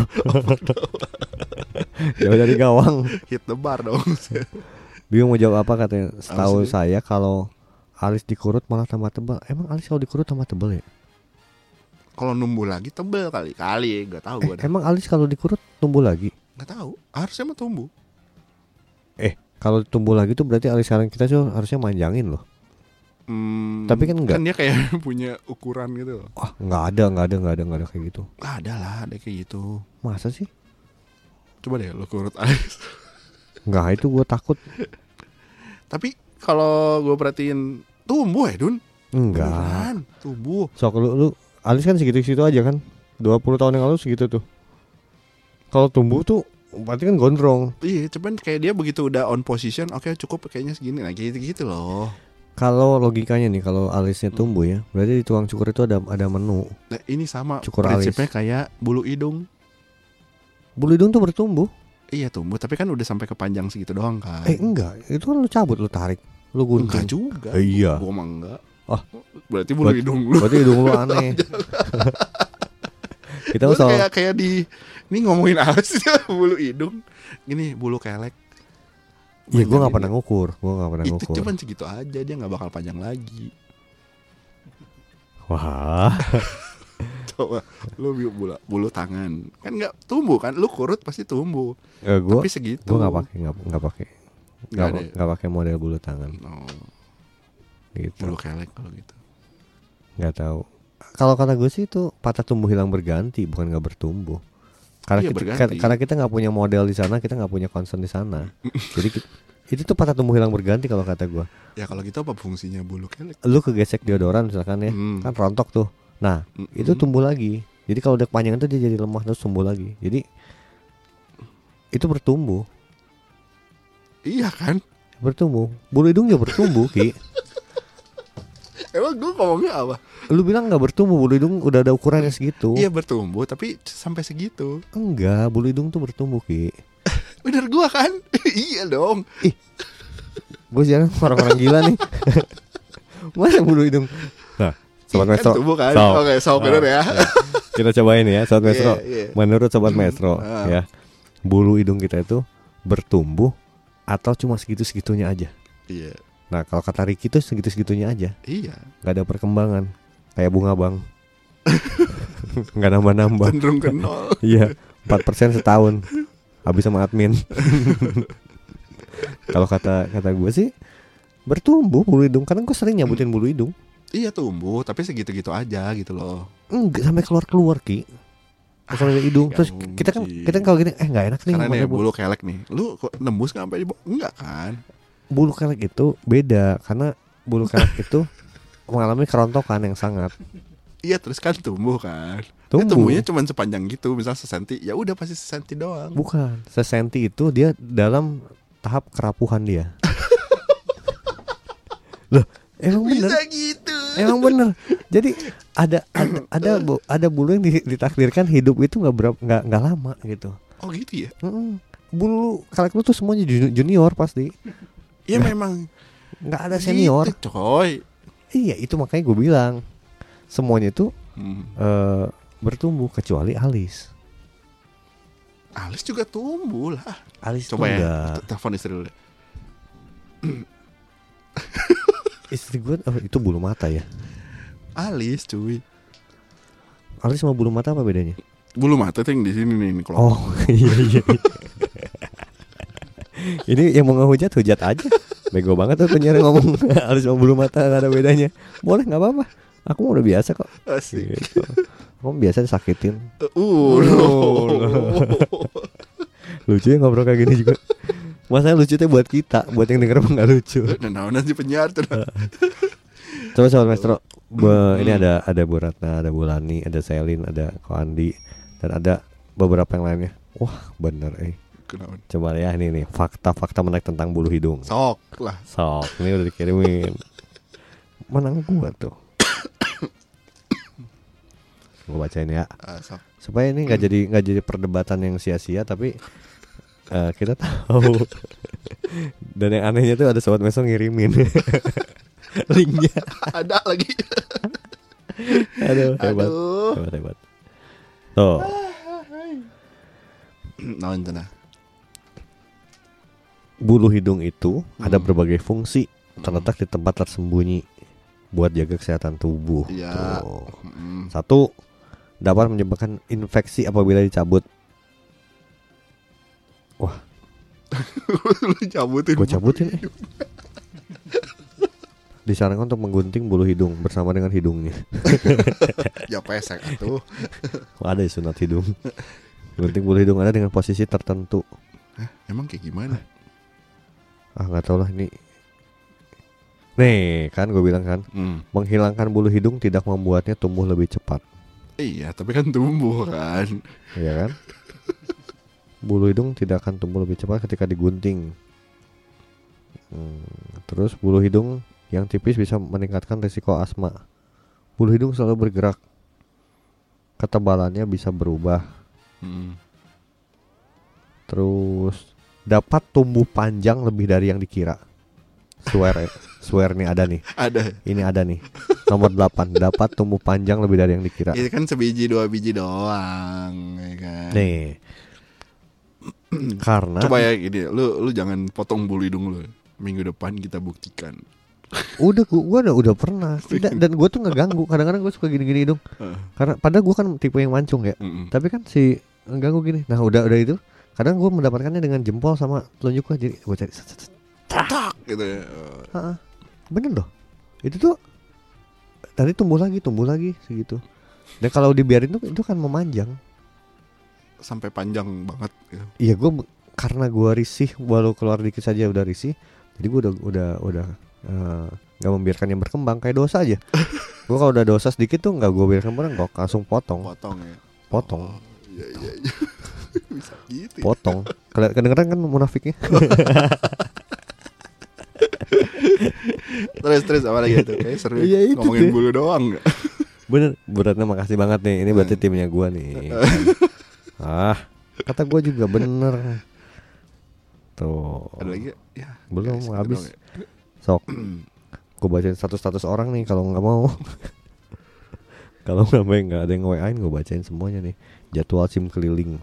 Jauh dari gawang. Hit the bar dong. Bingung mau jawab apa katanya. Setahu Apa sih? saya kalau alis dikurut malah tambah tebal. Emang alis kalau dikurut tambah tebal ya? Kalau numbuh lagi tebel kali kali, nggak tahu gua Eh, dah. emang alis kalau dikurut tumbuh lagi? Nggak tahu. Harusnya mah tumbuh. Eh, kalau tumbuh lagi tuh berarti alis sekarang kita tuh harusnya manjangin loh. Hmm, Tapi kan enggak. Kan dia kayak punya ukuran gitu loh. Wah, nggak ada, nggak ada, nggak ada, nggak ada kayak gitu. Nggak ada lah, ada kayak gitu. Masa sih? Coba deh lo kurut alis. Nggak, itu gue takut. Tapi kalau gue perhatiin tumbuh ya Dun. Enggak. Beneran, tumbuh. So kalau lu alis kan segitu-segitu aja kan. dua puluh tahun yang lalu segitu tuh. Kalau tumbuh tuh berarti kan gondrong. Iya, cuman kayak dia begitu udah on position, oke cukup kayaknya segini. Nah gitu-gitu loh. Kalau logikanya nih, kalau alisnya tumbuh ya, berarti di tukang cukur itu ada ada menu. Nah ini sama Cukur prinsipnya alis. kayak bulu hidung. Bulu hidung tuh bertumbuh. Iya tumbuh, tapi kan udah sampai ke panjang segitu doang kan. Eh enggak, itu kan lu cabut, lu tarik, lu gunting. Enggak juga. Eh, iya. Gua mah enggak. Oh. Berarti bulu Berarti- hidung lu. Berarti hidung lu aneh. Kita Gua soal kayak kayak di ini ngomongin alis bulu hidung. Gini bulu kelek. ya gue nggak Panjang pernah ini. ngukur, gue nggak pernah Itu ngukur. cuman segitu aja, dia nggak bakal panjang lagi. Wah, Coba lu bulu bulu, bulu tangan kan nggak tumbuh kan, lu kurut pasti tumbuh. gue Tapi segitu. gue nggak pakai nggak nggak pakai Nggak nggak ada ya? nggak pakai model bulu tangan Oh, gitu. bulu kelek kalau gitu. Nggak tahu. Kalau kata gue sih itu patah tumbuh hilang berganti, bukan nggak bertumbuh. Karena Iya, kita, berganti. karena kita nggak punya model di sana, kita nggak punya concern di sana. Jadi ki- itu tuh patah tumbuh hilang berganti kalau kata gue. Ya kalau gitu apa fungsinya bulu kelek? Lu kegesek deodoran misalkan ya, Hmm. kan rontok tuh. Nah, Mm-mm. itu tumbuh lagi. Jadi kalau udah kepanjangan tuh dia jadi lemah terus tumbuh lagi. Jadi itu bertumbuh, Iya kan? bertumbuh. Bulu hidung juga bertumbuh, Ki. Emang gue ngomongnya apa? Lu bilang nggak bertumbuh, bulu hidung udah ada ukurannya segitu. Iya bertumbuh tapi sampai segitu. Enggak, bulu hidung tuh bertumbuh, Ki. Bener gua kan? Iya dong. Gue jarang orang-orang gila nih. Masa bulu hidung? Nah, Sobat Kan Maestro. tumbuh kan? So- Oke, so bener ya. Kita cobain ya, Sobat Maestro. Iya, iya. Menurut Sobat Maestro Ah. ya, bulu hidung kita itu bertumbuh atau cuma segitu-segitunya aja? Iya. Nah, kalau kata Ricky tuh segitu-segitunya aja, Iya. nggak ada perkembangan, kayak bunga bang, nggak nambah-nambah. Cenderung ke nol. Iya, empat persen setahun, habis sama admin. Kalau kata kata gue sih bertumbuh bulu hidung, karena gue sering nyabutin bulu hidung. Iya tumbuh tapi segitu-gitu aja gitu loh. Enggak sampai keluar-keluar, Ki. Kalau dari hidung, nggak terus kita kan mungkin. kita kan kalau gini, eh nggak enak nih. Karena nih makanya bulu, bulu kelek nih. Lu kok nembus nggak sampai di bawah? Enggak kan? bulu kelek itu beda, karena bulu kelek itu mengalami kerontokan yang sangat. Iya terus kan tumbuh kan. Tumbuh. Eh, tumbuhnya cuma sepanjang gitu, misal sesenti, ya udah pasti sesenti doang. Bukan, sesenti itu dia dalam tahap kerapuhan dia. Loh, emang bener? Bisa gitu. Emang bener. Jadi ada ada ada, bu- ada bulu yang di- ditakdirkan hidup itu nggak berapa nggak nggak lama gitu. Oh gitu ya? Mm-mm. Bulu kelek lu tuh semuanya juni- junior pasti. Iya memang Nggak ada senior. gitu, coy. Iya itu makanya gue bilang semuanya itu Hmm. eh, bertumbuh kecuali alis. Alis juga tumbuh lah. Alis Coba tuh ya, enggak. te- telepon istri dulu deh. Istri gue oh, itu bulu mata ya. Alis cuy. Alis sama bulu mata apa bedanya? Bulu mata tuh yang di sini nih, ini kelopak. Oh iya iya. Ini yang mau ngehujat hujat aja. Bego banget tuh penyiar ngomong alis sama bulu mata gak ada bedanya. Boleh nggak apa-apa. Aku mah udah biasa kok. Asik. Gitu. Aku biasa disakitin. Uh, no. Lucu ya ngobrol kayak gini juga. Masanya lucu tuh buat kita, buat yang denger mah nggak lucu. Nah, nanti penyiar tuh. Coba Sobat Maestro, be- ini ada ada Bu Ratna, ada Bu Lani, ada Selin, ada Ko Andi, dan ada beberapa yang lainnya. Wah bener eh. Kenapa? Coba ya ini nih fakta-fakta menarik tentang bulu hidung. Sok lah. Sok, ini udah dikirimin. Menang gua tuh. Gua bacain ya. Ah, sok. Supaya ini nggak jadi nggak jadi perdebatan yang sia-sia, tapi eh, kita tahu. Dan yang anehnya tuh ada Sobat Maestro ngirimin linknya. Ada lagi. Aduh, hebat. Aduh. Hebat, hebat. Tuh. Nah, nah. Bulu hidung itu Hmm. ada berbagai fungsi terletak di tempat tersembunyi buat jaga kesehatan tubuh. Iya. Tuh. Mm. Satu, dapat menyebabkan infeksi apabila dicabut. Wah, Lu cabutin. gue cabutin. Eh. Disarankan untuk menggunting bulu hidung bersama dengan hidungnya. Ya pesek atuh. Wah, ada ya sunat hidung. Gunting bulu hidung ada dengan posisi tertentu. Hah, emang kayak gimana? Ah, nggak tahu lah ini. Nih, kan gue bilang kan, Hmm. menghilangkan bulu hidung tidak membuatnya tumbuh lebih cepat. Iya, tapi kan tumbuh kan. Iya kan? Bulu hidung tidak akan tumbuh lebih cepat ketika digunting. Hmm, terus bulu hidung yang tipis bisa meningkatkan risiko asma. Bulu hidung selalu bergerak. Ketebalannya bisa berubah. Hmm. Terus dapat tumbuh panjang lebih dari yang dikira. Swear ya. Swear nih ada nih. Ada. Ini ada nih. Nomor delapan, dapat tumbuh panjang lebih dari yang dikira. Itu kan sebiji dua biji doang, ya kan. Nih. Karena Coba ya gini, lu lu jangan potong bulu hidung lu. Minggu depan kita buktikan. udah gua, gua udah, udah pernah. Tidak, dan gua tuh ngeganggu. Kadang-kadang gua suka gini-gini hidung. Uh, Karena padahal gua kan tipe yang mancung ya. mm-mm. Tapi kan si ngeganggu gini. Nah, udah udah itu. Kadang gua mendapatkannya dengan jempol sama telunjuk gua, jadi gua cari set, set, set. Tak gitu ya. Ha-ha. Bener loh. Itu tuh tadi tumbuh lagi, tumbuh lagi segitu. Dan kalau dibiarin tuh itu kan memanjang. sampai panjang banget gitu. Iya gue karena gue risih, walau keluar dikit saja udah risih, jadi gue udah udah udah uh, gak membiarkan yang berkembang kayak dosa aja. Gue kalau udah dosa sedikit tuh nggak gue biarkan berkembang, gue langsung potong. Potong ya. Potong. Oh, iya iya. iya. Bisa gitu. Ya? Potong. Kedengeran kan munafiknya. Terus terus apa lagi tuh? Kayak seru Iya, itu ngomongin deh. bulu doang. Bener, beratnya makasih banget nih. Ini berarti timnya gue nih. Ah, kata gue juga bener. Tuh. Ada lagi? Ya. Belum guys, habis. gitu doang ya. Sok. Gue bacain status-status orang nih kalau nggak mau. Kalau nggak baik nggak ada yang W A-in, gue bacain semuanya nih. Jadwal SIM keliling.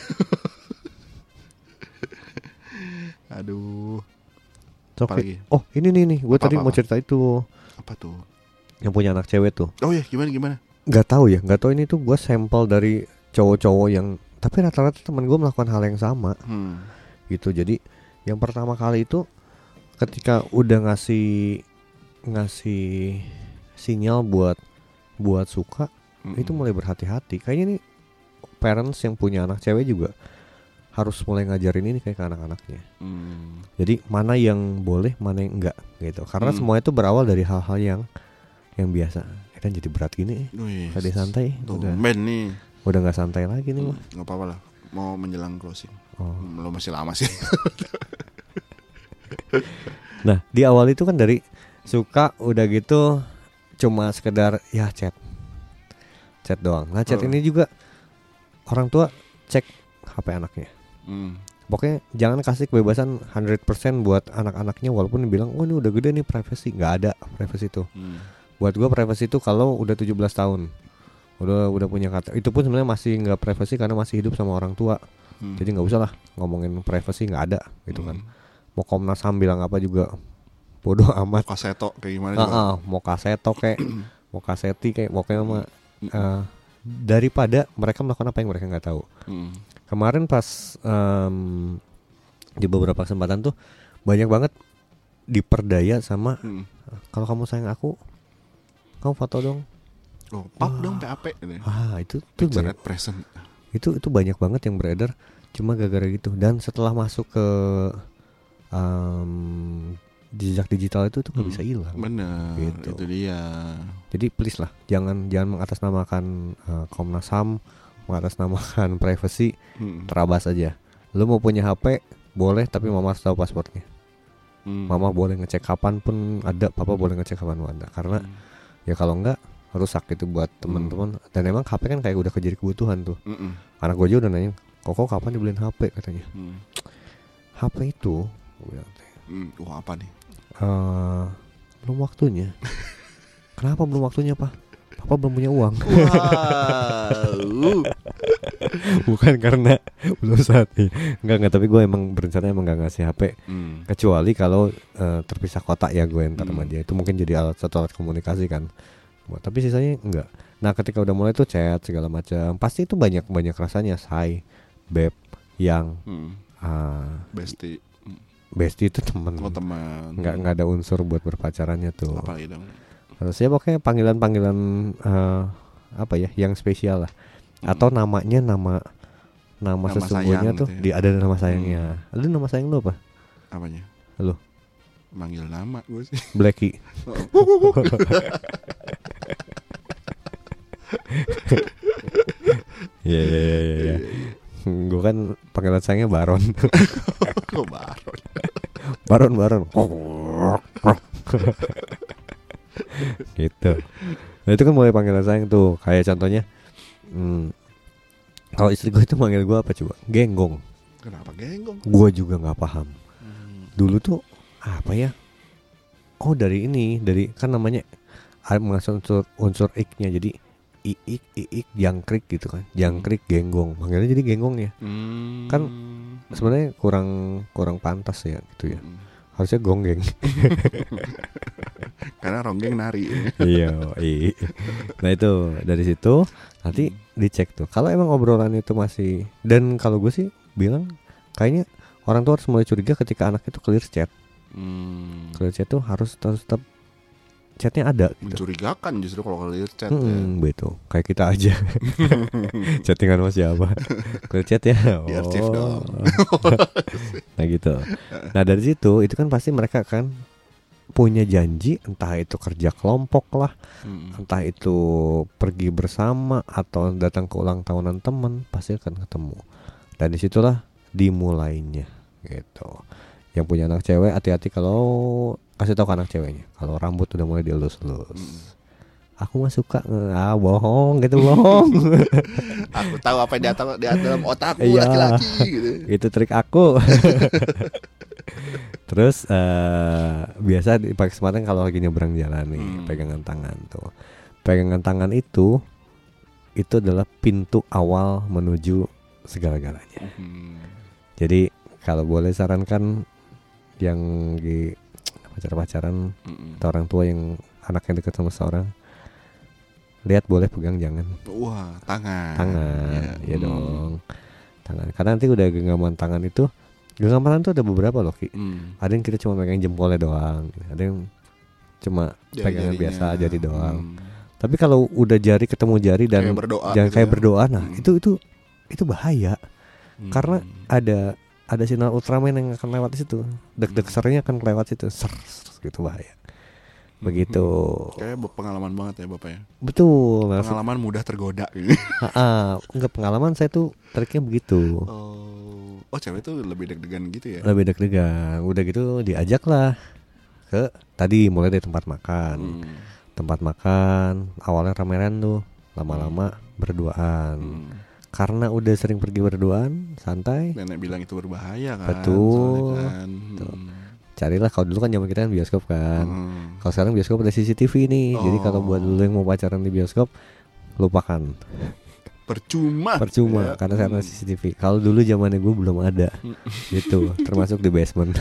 Aduh. Sok. Apa lagi? Oh ini nih nih, gue Apa, tadi apa, mau apa? cerita itu Apa tuh? yang punya anak cewek tuh. Oh ya gimana gimana? Nggak tahu ya, nggak tahu ini tuh gue sampel dari cowok-cowok yang, tapi rata-rata teman gue melakukan hal yang sama. Hmm. Gitu. Jadi yang pertama kali itu ketika udah ngasih ngasih sinyal buat buat suka, Mm-mm. itu mulai berhati-hati. Kayaknya nih parents yang punya anak cewek juga harus mulai ngajarin ini kayak ke anak-anaknya. Hmm. Jadi mana yang boleh, mana yang enggak gitu. Karena Hmm. semua itu berawal dari hal-hal yang yang biasa. Ya kan jadi berat gini. Wih, Tadi santai, tuh, udah men nih. udah nggak santai lagi nih mah. Nggak apa-apa lah. Mau menjelang closing. Oh. Hmm, Lo masih lama sih. Nah di awal itu kan dari suka, udah gitu cuma sekedar ya chat chat doang. Nah chat Hmm. ini juga orang tua cek H P anaknya. Hmm. Pokoknya jangan kasih kebebasan seratus persen buat anak-anaknya, walaupun bilang oh ini udah gede nih privacy. Nggak ada privacy itu. Hmm. Buat gua privacy itu kalau udah tujuh belas tahun, udah udah punya kata. Itu pun sebenarnya masih nggak privacy karena masih hidup sama orang tua. Hmm. Jadi nggak usah lah ngomongin privacy, nggak ada gitu kan. Hmm. Mau Komnas H A M bilang apa juga bodoh amat. Kaseto kayak gimana Ah, juga. ah, mau kaseto kayak mau kaseti kayak pokoknya mah eh, daripada mereka melakukan apa yang mereka nggak tahu. Hmm. Kemarin pas em, di beberapa kesempatan tuh banyak banget diperdaya sama Hmm. kalau kamu sayang aku, kamu foto dong. Oh, pap dong P A P gitu. Ah itu tuh Picture banyak, at present. itu itu banyak banget yang beredar cuma gara-gara gitu. Dan setelah masuk ke em, jejak digital itu tuh nggak Hmm. bisa hilang. Bener, Gitu. itu dia. Jadi please lah, jangan jangan mengatasnamakan uh, Komnas H A M, mengatasnamakan privacy, Hmm. terabas aja. Lu mau punya H P boleh, tapi mama harus tahu passwordnya. Hmm. Mama boleh ngecek kapan pun ada, papa boleh ngecek kapan pun ada. Karena Hmm. ya kalau enggak rusak itu buat teman-teman. Dan emang H P kan kayak udah jadi kebutuhan tuh. Mm-mm. Anak gue aja udah nanya, kok kapan dibeliin H P katanya. Hmm. H P itu, gue bilang, Hmm. Wah apa nih? "Eh, belum waktunya. Kenapa belum waktunya pak? Papa belum punya uang." Wow. Bukan karena belum saatnya. Enggak enggak, tapi gue emang berencana emang gak ngasih H P Hmm. kecuali kalau eh, terpisah kotak ya gue ntar sama Hmm. dia. Itu mungkin jadi alat satu alat komunikasi kan. Buat- Tapi sisanya enggak. Nah ketika udah mulai tuh chat segala macam, pasti itu banyak banyak rasanya say, beb, yang Hmm. ah, Bestie. Hmm. bestie itu temen. Oh teman. Nggak nggak ada unsur buat berpacarannya tuh. Apa lagi dong? Terus ya pokoknya panggilan-panggilan eh, apa ya yang spesial lah. Atau namanya nama nama, Nama sesungguhnya sayang tuh gitu ya. di ada nama sayangnya. Lu nama sayang lu apa? Apanya? Lu? Manggil nama gue sih. Blacky. Iya iya iya iya. Gue kan panggilan sayangnya Baron. Kok baron? Baron Baron. Gitu. Nah itu kan mulai panggilan sayang tuh. Kayak contohnya hmm, kalau istri gue itu manggil gue apa coba? Genggong. Kenapa genggong? Gue juga nggak paham. Hmm. Dulu tuh apa ya? Oh dari ini, dari kan namanya ada mengasih unsur unsur ik-nya, jadi iik iik jangkrik gitu kan, jangkrik genggong, manggilnya jadi genggong ya. Hmm. Kan sebenarnya kurang kurang pantas ya gitu ya. Hmm. Harusnya gonggeng. Karena ronggeng nari. Iya, iya. Nah itu dari situ nanti dicek tuh. Kalau emang obrolan itu masih, dan kalau gue sih bilang kayaknya orang tua harus mulai curiga ketika anak itu clear chat. Hmm. Clear chat tuh harus terus tetap chatnya ada gitu. Mencurigakan justru kalau lihat chat. Hmm, betul. Kayak kita aja. Chattingan sama siapa? Kalau chat ya. Oh. Diarchive dong. Nah gitu. Nah dari situ itu kan pasti mereka kan punya janji, entah itu kerja kelompok lah, hmm. entah itu pergi bersama atau datang ke ulang tahunan teman, pasti akan ketemu. Dan disitulah dimulainya gitu. Yang punya anak cewek hati-hati kalau kasih tahu ke anak ceweknya kalau rambut udah mulai dilus-lus. Hmm. Aku mah suka, ah bohong gitu bohong. Aku tahu apa yang di, di dalam otakku iya, laki-laki gitu. Itu trik aku. Terus uh, biasa di pakai kesempatan kalau lagi nyebrang jalan nih, hmm. pegangan tangan tuh. Pegangan tangan itu itu adalah pintu awal menuju segala-galanya. Hmm. Jadi kalau boleh sarankan yang di pacar-pacaran hmm. atau orang tua yang anaknya dekat sama seorang, lihat boleh pegang jangan. Wah, tangan. Tangan, ya, ya hmm. dong. Tangan. Karena nanti udah genggaman tangan itu. Genggaman tuh ada beberapa loh Ki. Hmm. Ada yang kita cuma pegang jempolnya doang, ada yang cuma pegangan biasa jari doang. Hmm. Tapi kalau udah jari ketemu jari dan kayak berdoa jangan gitu kayak ya? berdoa, nah hmm. itu itu itu bahaya. Hmm. Karena ada ada sinar Ultraman yang akan lewat di situ, deg-deg sernya akan lewat situ, ser, ser gitu bahaya. Begitu. Hmm. Kayak pengalaman banget ya Bapak ya. Betul. Pengalaman mudah tergoda gitu. Heeh, enggak pengalaman saya tuh triknya begitu. Oh. Oh cewek tuh lebih deg-degan gitu ya? Lebih deg-degan. Udah gitu diajak lah ke tadi mulai dari tempat makan. Hmm. Tempat makan awalnya ramean tuh, lama-lama berduaan. Hmm. Karena udah sering pergi berduaan, santai. Nenek bilang itu berbahaya kan. Betul. Kan. Hmm. Carilah kalau dulu kan zaman kita kan bioskop kan. Hmm. Kalau sekarang bioskop ada C C T V nih. Oh. Jadi kalau buat dulu yang mau pacaran di bioskop, lupakan. Percuma Percuma ya. Karena sekarang C C T V. Kalau dulu zamannya gue belum ada. Gitu, termasuk di basement.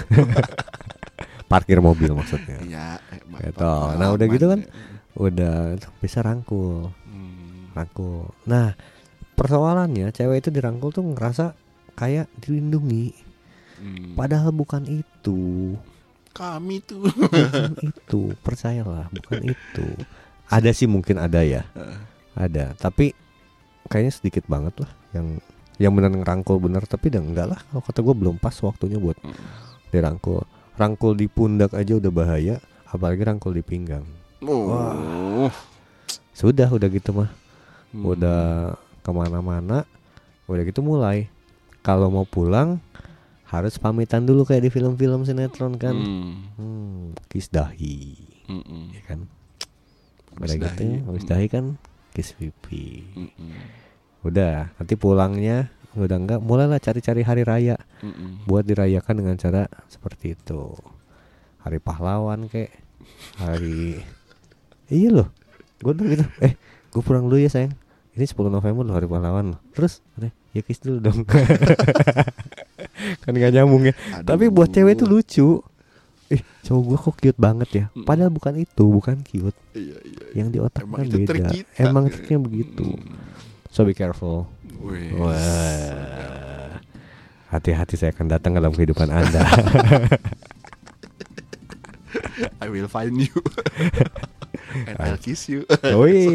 Parkir mobil maksudnya. Iya, gitu. Nah, udah gitu kan. Udah bisa rangkul. Hmm. Rangkul. Nah, persoalannya cewek itu dirangkul tuh ngerasa kayak dilindungi. Hmm. Padahal bukan itu. Kami tuh. Bukan itu, percayalah, bukan itu. Ada sih mungkin ada ya. Ada, tapi kayaknya sedikit banget lah yang yang benar ngerangkul bener, tapi udah enggak lah. Kalau kata gue belum pas waktunya buat dirangkul. Rangkul di pundak aja udah bahaya, apalagi rangkul di pinggang. Oh. Wah. Sudah, udah gitu mah. Hmm. Udah kemana-mana, udah gitu mulai. Kalau mau pulang harus pamitan dulu kayak di film-film sinetron kan. Hmm. Hmm, kiss dahi, hmm. ya kan. Udah gitu, habis dahi kan. Kiss pipi. Mm-mm. Udah, nanti pulangnya udah enggak, mulailah cari-cari hari raya. Mm-mm. Buat dirayakan dengan cara seperti itu. Hari pahlawan kek, hari iya loh. Gue udah gitu. Eh, gue pulang dulu ya sayang. Ini sepuluh November loh hari pahlawan loh. Terus, ya kiss dulu dong. Kan gak nyambung ya. Aduh. Tapi buat cewek itu lucu. Eh, cowok gue kok cute banget ya. Padahal bukan itu, bukan cute. Iya, iya, iya. Yang di otak kan beda. Trik Emang triknya begitu. So be careful. Wih, wah. Hati-hati, saya akan datang dalam kehidupan Anda. I will find you. And I'll kiss you. Wih.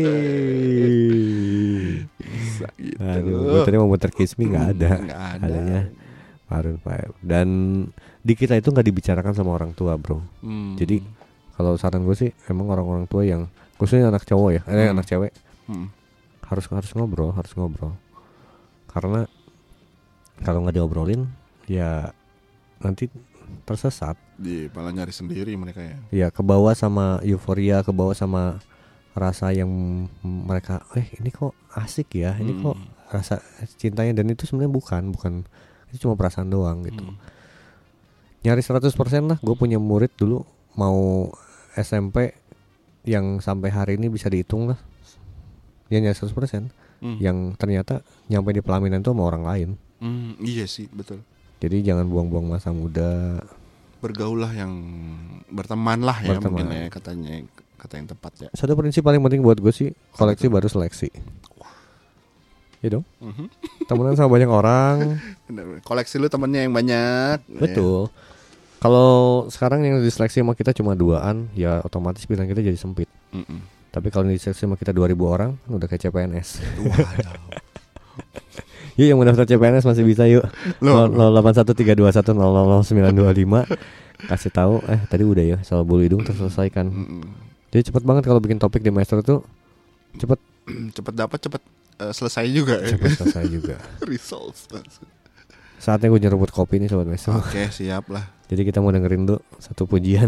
Gitu. Aduh, gue tadi mau muter kiss me, gak ada. Gak ada. Adanya Maroon five. Dan di kita itu gak dibicarakan sama orang tua bro. hmm. Jadi kalau saran gue sih emang orang-orang tua yang khususnya anak cowok ya, eh hmm. anak cewek hmm. harus harus ngobrol, harus ngobrol. Karena kalau nggak diobrolin ya nanti tersesat. Di malah nyari sendiri mereka ya. Ya kebawa sama euforia, kebawa sama rasa yang mereka, eh ini kok asik ya, ini hmm. kok rasa cintanya, dan itu sebenarnya bukan, bukan itu cuma perasaan doang gitu. Hmm. Nyari seratus persen lah. Gue punya murid dulu mau S M P yang sampai hari ini bisa dihitung lah. Dia nyari seratus persen hmm. yang ternyata nyampe di pelaminan tuh sama orang lain. Hmm, iya sih, betul. Jadi jangan buang-buang masa muda. Bergaul lah, yang berteman lah ya, berteman. Mungkin ya katanya, kata yang tepat ya. Satu prinsip paling penting buat gue sih, koleksi betul. Baru seleksi. Iya dong. Mm-hmm. Temenan sama banyak orang. Koleksi lu temennya yang banyak. Betul. Ya. Kalau sekarang yang diseleksi sama kita cuma duaan, ya otomatis pilihan kita jadi sempit. Mm-mm. Tapi kalau diseleksi sama kita dua ribu orang, udah kayak C P N S. Waduh. Yuk yang mau daftar C P N S masih bisa yuk. nol nol delapan satu tiga dua satu nol nol sembilan dua lima. Kasih tahu. Eh tadi udah ya soal bulu hidung terselesaikan. Mm-mm. Jadi cepet banget kalau bikin topik di Maestro tuh. Cepet. Cepet dapat cepet uh, selesai juga ya. Cepet selesai juga. Results. Saatnya gue nyeruput kopi nih Sobat Maestro. Oke, siap lah. Jadi kita mau dengerin dulu satu pujian.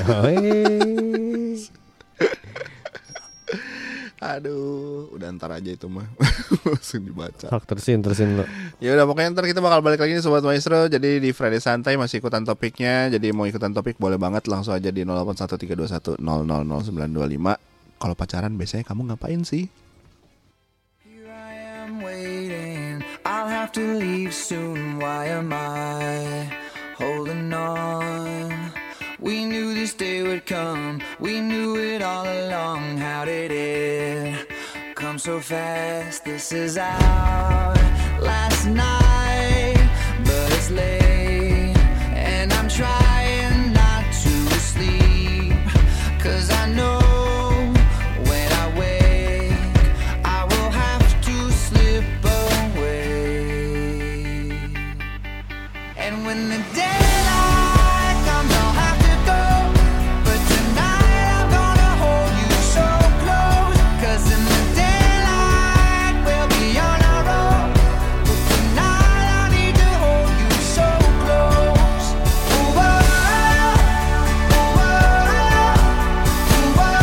Aduh, udah ntar aja itu mah. Langsung dibaca. Hak tersin tersin lo. Ya udah pokoknya ntar kita bakal balik lagi nih Sobat Maestro. Jadi di Friday Santai masih ikutan topiknya. Jadi mau ikutan topik boleh banget langsung aja di nol delapan satu tiga dua satu nol nol nol sembilan dua lima. Kalau pacaran biasanya kamu ngapain sih? Here I am waiting, I'll have to leave soon. Why am I holding on? We knew this day would come, we knew it all along. How did it come so fast? This is our last night, but it's late, and I'm trying not to sleep, 'cause I know when I wake, I will have to slip away. And when the daylight comes, I'll have to go, but tonight I'm gonna hold you so close, 'cause in the daylight we'll be on our own, but tonight I need to hold you so close. Ooh, oh, ooh, oh, ooh, oh,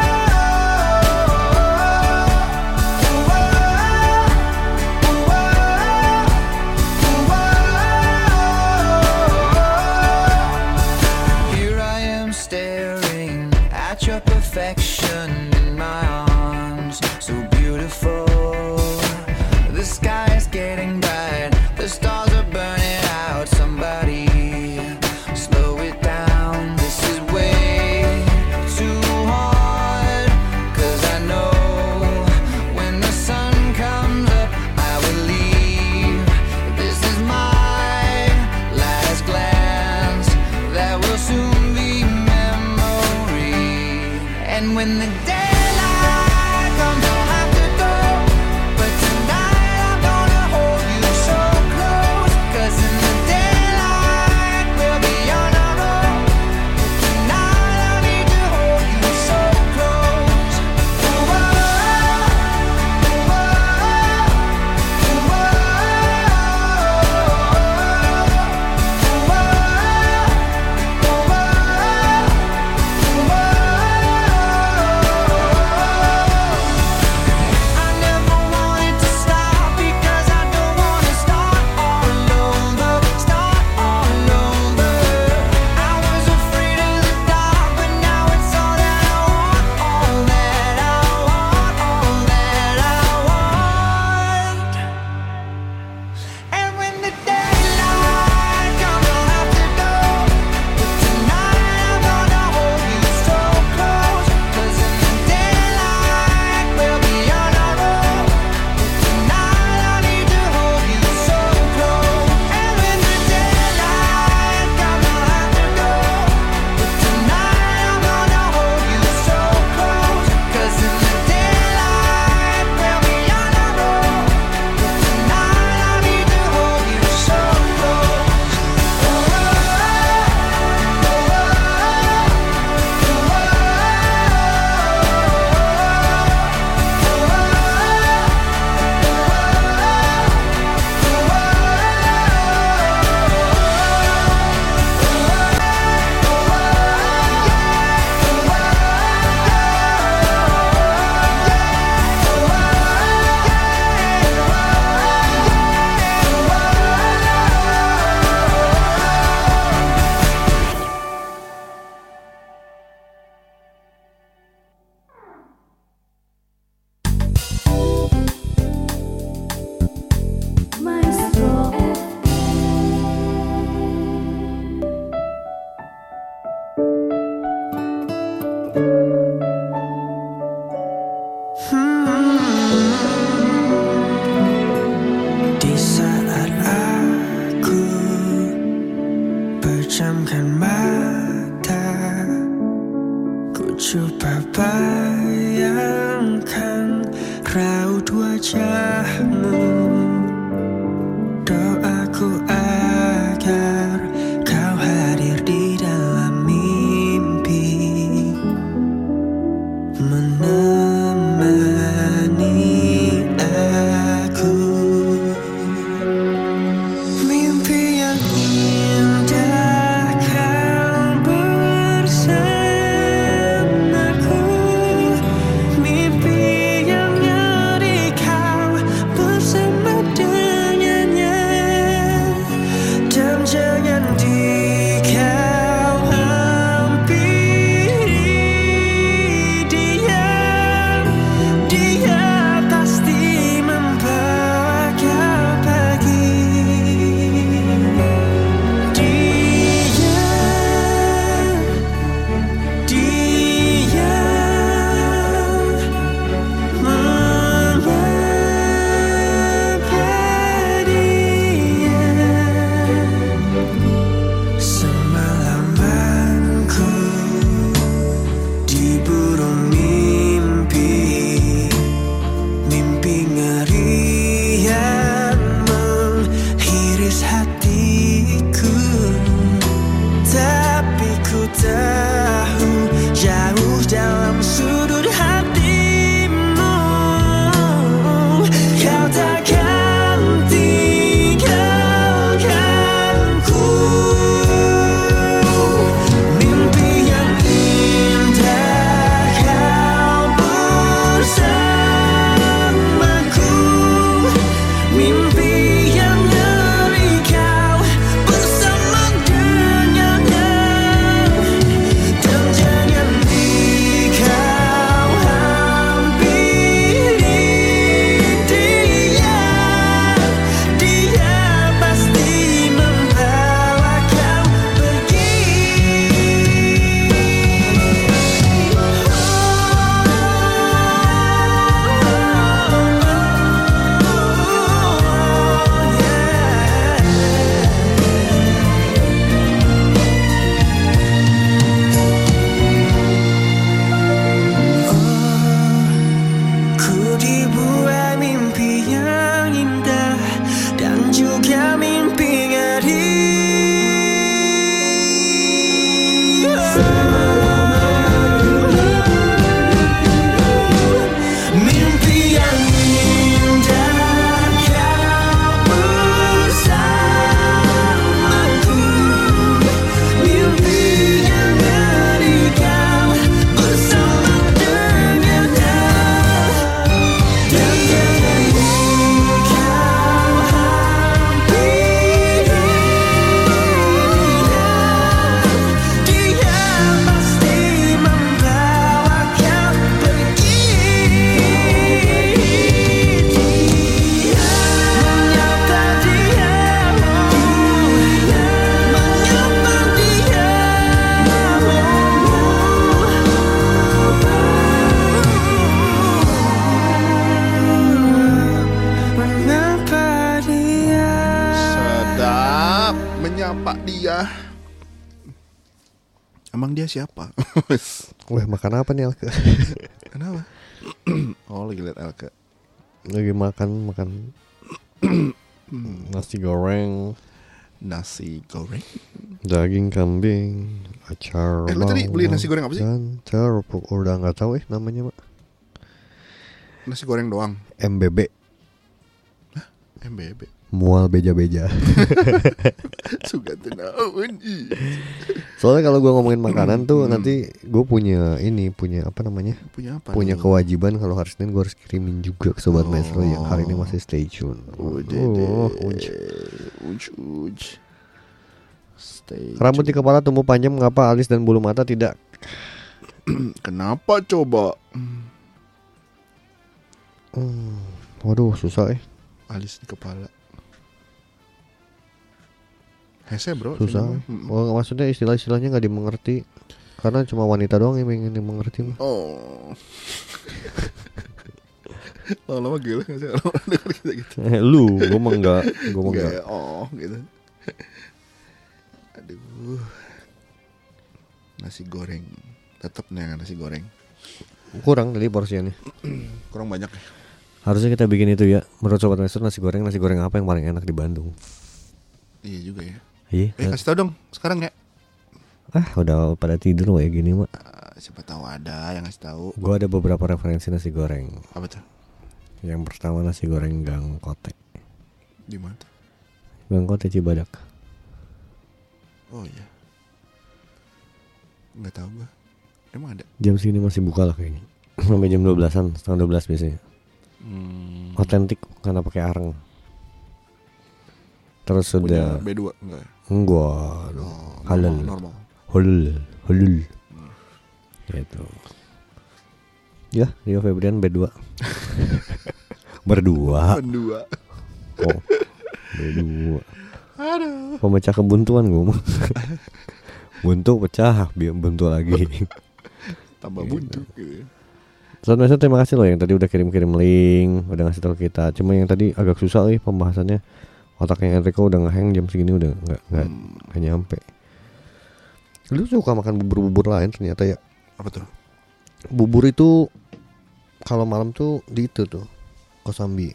here I am staring at your perfection in my arms, so beautiful. The sky is getting bright, the stars are burning out. Somebody slow it down, this is way too hard, 'cause I know when the sun comes up I will leave. This is my last glance, that will soon be memory. And when the daylight comes I'll have to go, but tonight I'm gonna wajahmu, doaku agar kau hadir di dalam mimpi, menemani aku. Mimpi yang indah kau bersamaku, mimpi yang nyeri kau bersama dengannya, dan jangan di kau hampiri dia, dia pasti membawa kau pergi. Dia, dia mengapa dia. Semalamanku diburu mimpi, mimpi ngeri yang menghiris hatiku, tapi ku tahu jauh dalam sudut hatimu kau takkan tinggalkanku. Mimpi yang indah kau bersamaku, mimpi yang nyeri kau bersama dengannya, dan jangan di kau hampiri dia, dia pasti membawa kau pergi. Ku dibuat mimpi yang indah dan juga mimpi ngeri. Mimpi yang indah kau bersamaku, mimpi yang ngeri kau bersama dengannya, dan jangan di kau hampiri dia, dia pasti membawa kau pergi. Dia menyapa dia, menyapa dia, menyapa dia. Sedap menyapa dia. Emang dia siapa? Wah, makan apa nih Alke? Kenapa? Oh, lagi liat Elke. Lagi makan makan nasi goreng, Nasi goreng. daging kambing, acar. Eh, lu tadi beli nasi goreng apa sih? Dan kerupuk, udah nggak tahu eh namanya Pak. Nasi goreng doang. M B B, M B B. mual beja-beja. Suka tenaun. Soalnya kalau gue ngomongin makanan tuh nanti gue punya ini punya apa namanya? Punya apa? Punya tuh? kewajiban kalau hari Senin gue harus kirimin juga ke Sobat Oh. Maestro yang hari ini masih stay tune. Oh, Oh, dede. unj. Unj, unj. Stay. Rambut di kepala tumbuh panjang, mengapa alis dan bulu mata tidak? Kenapa coba? Hmm, waduh susah eh. Alis di kepala. Hese bro. Susah. Mm. Oh, maksudnya istilah-istilahnya nggak dimengerti karena cuma wanita doang yang ingin dimengerti. Oh. Lama-lama gila nggak sih kalau denger kita gitu. Eh, lu, gue mah enggak, gue mah enggak. ya, oh gitu. Aduh. Nasi goreng. Tetap nih nasi goreng. Kurang tadi porsinya. Kurang banyak ya. Harusnya kita bikin itu ya. Menurut Sobat Maestro, nasi goreng nasi goreng apa yang paling enak di Bandung? Iya juga ya. Iya. Eh kasih tau dong sekarang ya. Ah udah pada tidur kayak gini mah. Uh, siapa tahu ada yang ngasih tahu. Gue ada beberapa referensi nasi goreng. Apa tuh? Yang pertama nasi goreng Gang Kote. Di mana tuh? Gang Kote Cibadak. Oh iya. Nggak tahu gua. Emang ada? Jam segini masih buka lah kayaknya. Sampai jam dua belasan, setengah dua belas biasanya. Hmm. Otentik karena pakai areng. Terus sudah Punya B dua enggak? enggak, Oh, halal, normal. halal, halal. Gitu. Ya, Rio Febrian B dua. Berdua. Berdua. Oh, B dua. Aduh. Pemecah kebuntuan gue mah. Buntu pecah, biar buntu lagi. Tambah buntu gitu. Sobat Maestro, terima kasih loh yang tadi udah kirim-kirim link, udah ngasih tahu kita. Cuma yang tadi agak susah nih pembahasannya. Otaknya Enrico udah ngehang jam segini udah nggak nggak Hmm. nyampe. Lu suka makan bubur-bubur lain ternyata ya? Apa tuh? Bubur itu kalau malam tuh di itu tuh Kosambi,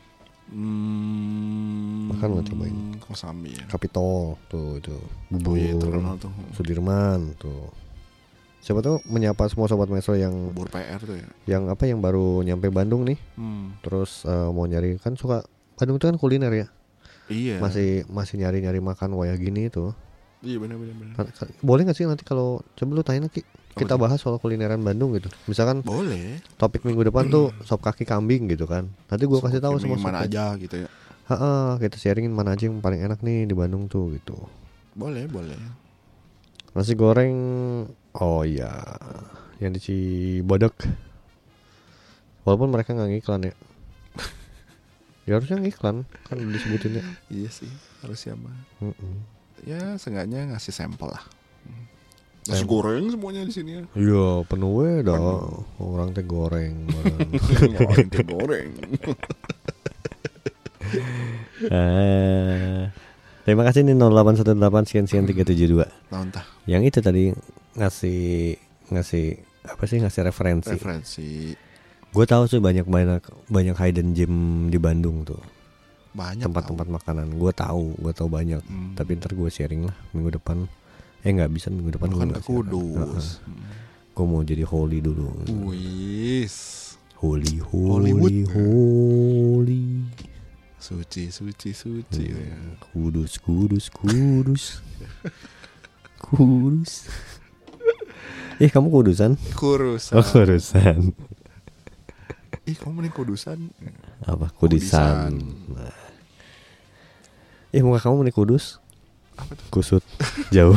Hmm. Makan nggak cobain? Kosambi ya. Capitol tuh itu bubur. Oh iya terkenal tuh. Sudirman tuh. Siapa tuh menyapa semua Sobat Maestro yang Bubur P R tuh ya. yang apa yang baru nyampe Bandung nih, Hmm. terus uh, mau nyari kan suka Bandung itu kan kuliner ya. Iya. Masih masih nyari-nyari makan wayah gini tuh. Iya benar-benar. benar. Kan- kan- Boleh nggak sih nanti kalau coba lu tanya Ki, kita tuh? bahas soal kulineran Bandung gitu. Misalkan Boleh. topik minggu depan tuh sop kaki kambing gitu kan. Nanti gua kasih tahu semua Camping mana sopnya. aja gitu ya. Heeh, kita sharingin mana aja yang paling enak nih di Bandung tuh gitu. Boleh, boleh. Nasi goreng, oh iya, yang di Cibadak. Walaupun mereka nggak ngiklan ya. Ya harusnya ngiklan kan udah disebutin ya. Iya sih, harus siapa? Mm-mm. Ya, seenggaknya ngasih sampel lah. Hmm. Nasi Sampel. goreng semuanya di sini ya. Iya penuh we dah orang teh goreng. Orang teh goreng. Ah, terima kasih nih nol delapan satu delapan sekian sekian tiga tujuh dua. Nah, entah Yang itu tadi ngasih ngasih apa sih ngasih referensi. referensi Gue tahu sih banyak banyak banyak hidden gem di Bandung tuh. banyak Tempat-tempat makanan. Gue tahu, gue tahu banyak. Hmm. Tapi ntar gue sharing lah minggu depan. Eh nggak bisa minggu depan tahu. Kan gue ke Kudus. Gue mau jadi holy dulu. Wis. Holy, Hollywood. holy, holy. Suci, suci, suci. ya. Kudus, kudus, kudus. Kudus. Eh kamu kudusan? Kurusan. Oh kudusan. Ih, kamu mending kudusan. Apa kudisan? Nah. Eh muka kamu mending kudus? Apa tuh? Kusut jauh.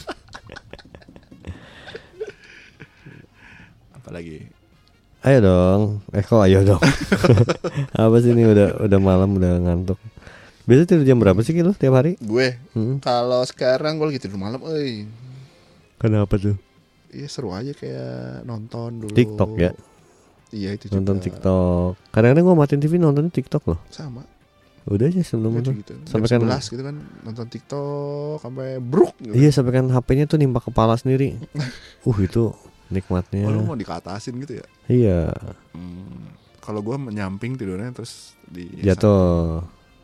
Apalagi? Ayo dong. Eh kok ayo dong. Apa sih ini udah udah malam udah ngantuk. Biasa tidur jam berapa sih lo tiap hari? Gue. Hmm. Kalau sekarang gue lagi tidur malam, euy. Kenapa tuh? Iya seru aja kayak nonton dulu. TikTok ya? Iya itu Nonton juga. TikTok. Kadang-kadang gue matiin T V nonton TikTok loh. Sama. Udah aja sebelum Gitu, itu. gitu. Sampai Jam kan sebelas gitu kan nonton TikTok sampai bruk gitu. iya sampai kan H P-nya tuh nimpa kepala sendiri. Uh itu nikmatnya. Oh, lu mau dikatasin gitu ya? Iya. Hmm. Kalau gue menyamping tidurnya terus di Jatuh.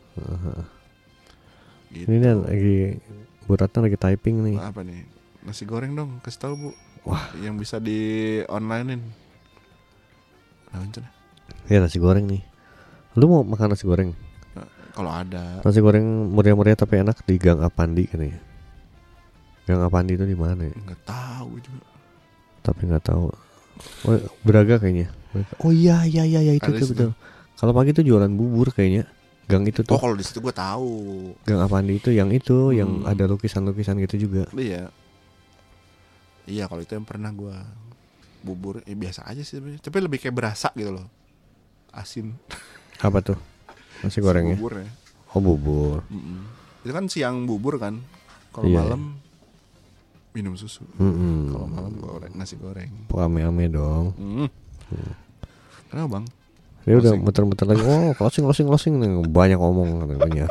Gitu. Ini nih lagi Bu Ratna lagi typing nih. Apa nih? Nasi goreng dong, kasih tahu Bu. Wah. Yang bisa di onlinein. Nah, Cen. Ya nasi goreng nih. Lu mau makan nasi goreng? Nah, kalau ada. Nasi goreng meriah-meriah tapi enak di Gang Apandi kan ya. Gang Apandi itu di mana ya? Nggak tahu juga. Tapi nggak tahu. Oh, Braga kayaknya. Oh iya iya iya ya, itu Ada tuh situ. betul. Kalau pagi tuh jualan bubur kayaknya. Gang itu tuh. Oh, kalau di situ gue tahu. Gang Apandi itu yang itu Hmm. yang ada lukisan-lukisan gitu juga. Iya. Iya, kalau itu yang pernah gue bubur, eh, biasa aja sih sebenarnya. Tapi lebih kayak berasa gitu loh. Asin. Apa tuh? Nasi gorengnya? Buburnya. Oh bubur. Mm-mm. Itu kan siang bubur kan. Kalau Iya. malam minum susu. Mm-mm. Kalau malam goreng nasi goreng. Ame-ame dong. Hmm. Kenapa bang? Dia udah Closing. muter-muter lagi. Oh closing closing closing nih. Banyak ngomong katanya.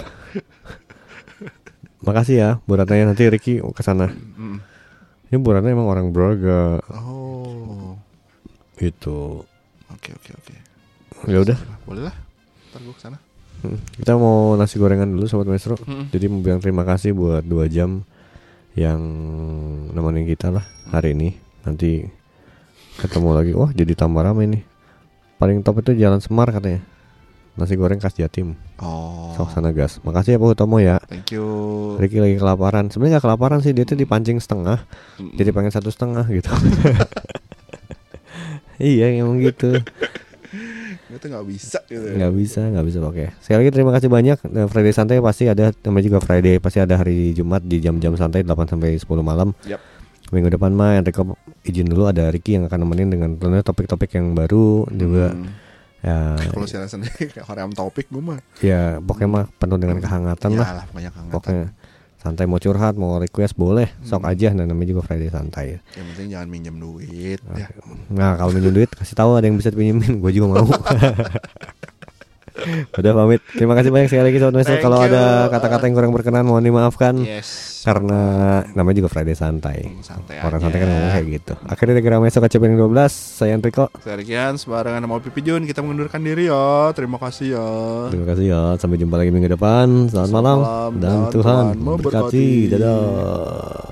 Makasih ya Bu Ratna, nanti Ricky kesana. Mm. Ini Bu Ratna emang orang Braga. Oh. Itu Oke oke oke. Ya udah. Boleh lah. Ntar gue kesana. Hmm, Kita mau nasi gorengan dulu Sobat Maestro. Mm-mm. Jadi mau bilang terima kasih buat dua jam yang nemenin kita lah hari ini. Nanti ketemu lagi. Wah jadi tambah ramai nih. Paling top itu Jalan Semar katanya. Nasi goreng khas Jatim. Oh. Sok sana gas. Makasih ya Pak Utomo ya. Thank you. Ricky lagi kelaparan. Sebenarnya gak kelaparan sih, dia tuh dipancing setengah. Mm-mm. Jadi pengen satu setengah gitu. Iya emang gitu. Itu nggak bisa gitu. ya. Nggak bisa, nggak bisa pakai. Sekali lagi terima kasih banyak. Dan Friday Santai pasti ada, namanya juga Friday pasti ada hari Jumat di jam-jam santai delapan sampai sepuluh malam. Yap. Minggu depan mah Enrico izin dulu, ada Ricky yang akan nemenin dengan tentunya topik-topik yang baru juga. Hmm. Ya, Kalau siaran sendiri kayak hoream topik gue mah. ya pokoknya mah penuh dengan kehangatan lah. Yalah, banyak hangatan. Pokoknya santai, mau curhat, mau request boleh, sok Hmm. aja. Dan namanya juga Friday Santai. Yang penting jangan minjem duit ya. Nah kalau minjem duit kasih tahu ada yang bisa dipinjemin, gue juga mau. Udah pamit. Terima kasih banyak sekali lagi Sobat Maestro. Thank Kalau you. ada kata-kata yang kurang berkenan mohon dimaafkan. Yes. Karena namanya juga Friday Santai. Hmm, santai Orang aja. santai kan ngomong kayak gitu. Akhirnya Telegram Maestro K C P dua belas. Saya Enrico. Saya Rikian, sebarengan sama Pipi Jun. Kita mengundurkan diri ya. Terima kasih ya. Terima kasih ya. Sampai jumpa lagi minggu depan. Selamat malam, malam, dan dan Tuhan Tuhan memberkati. memberkati. Dadah.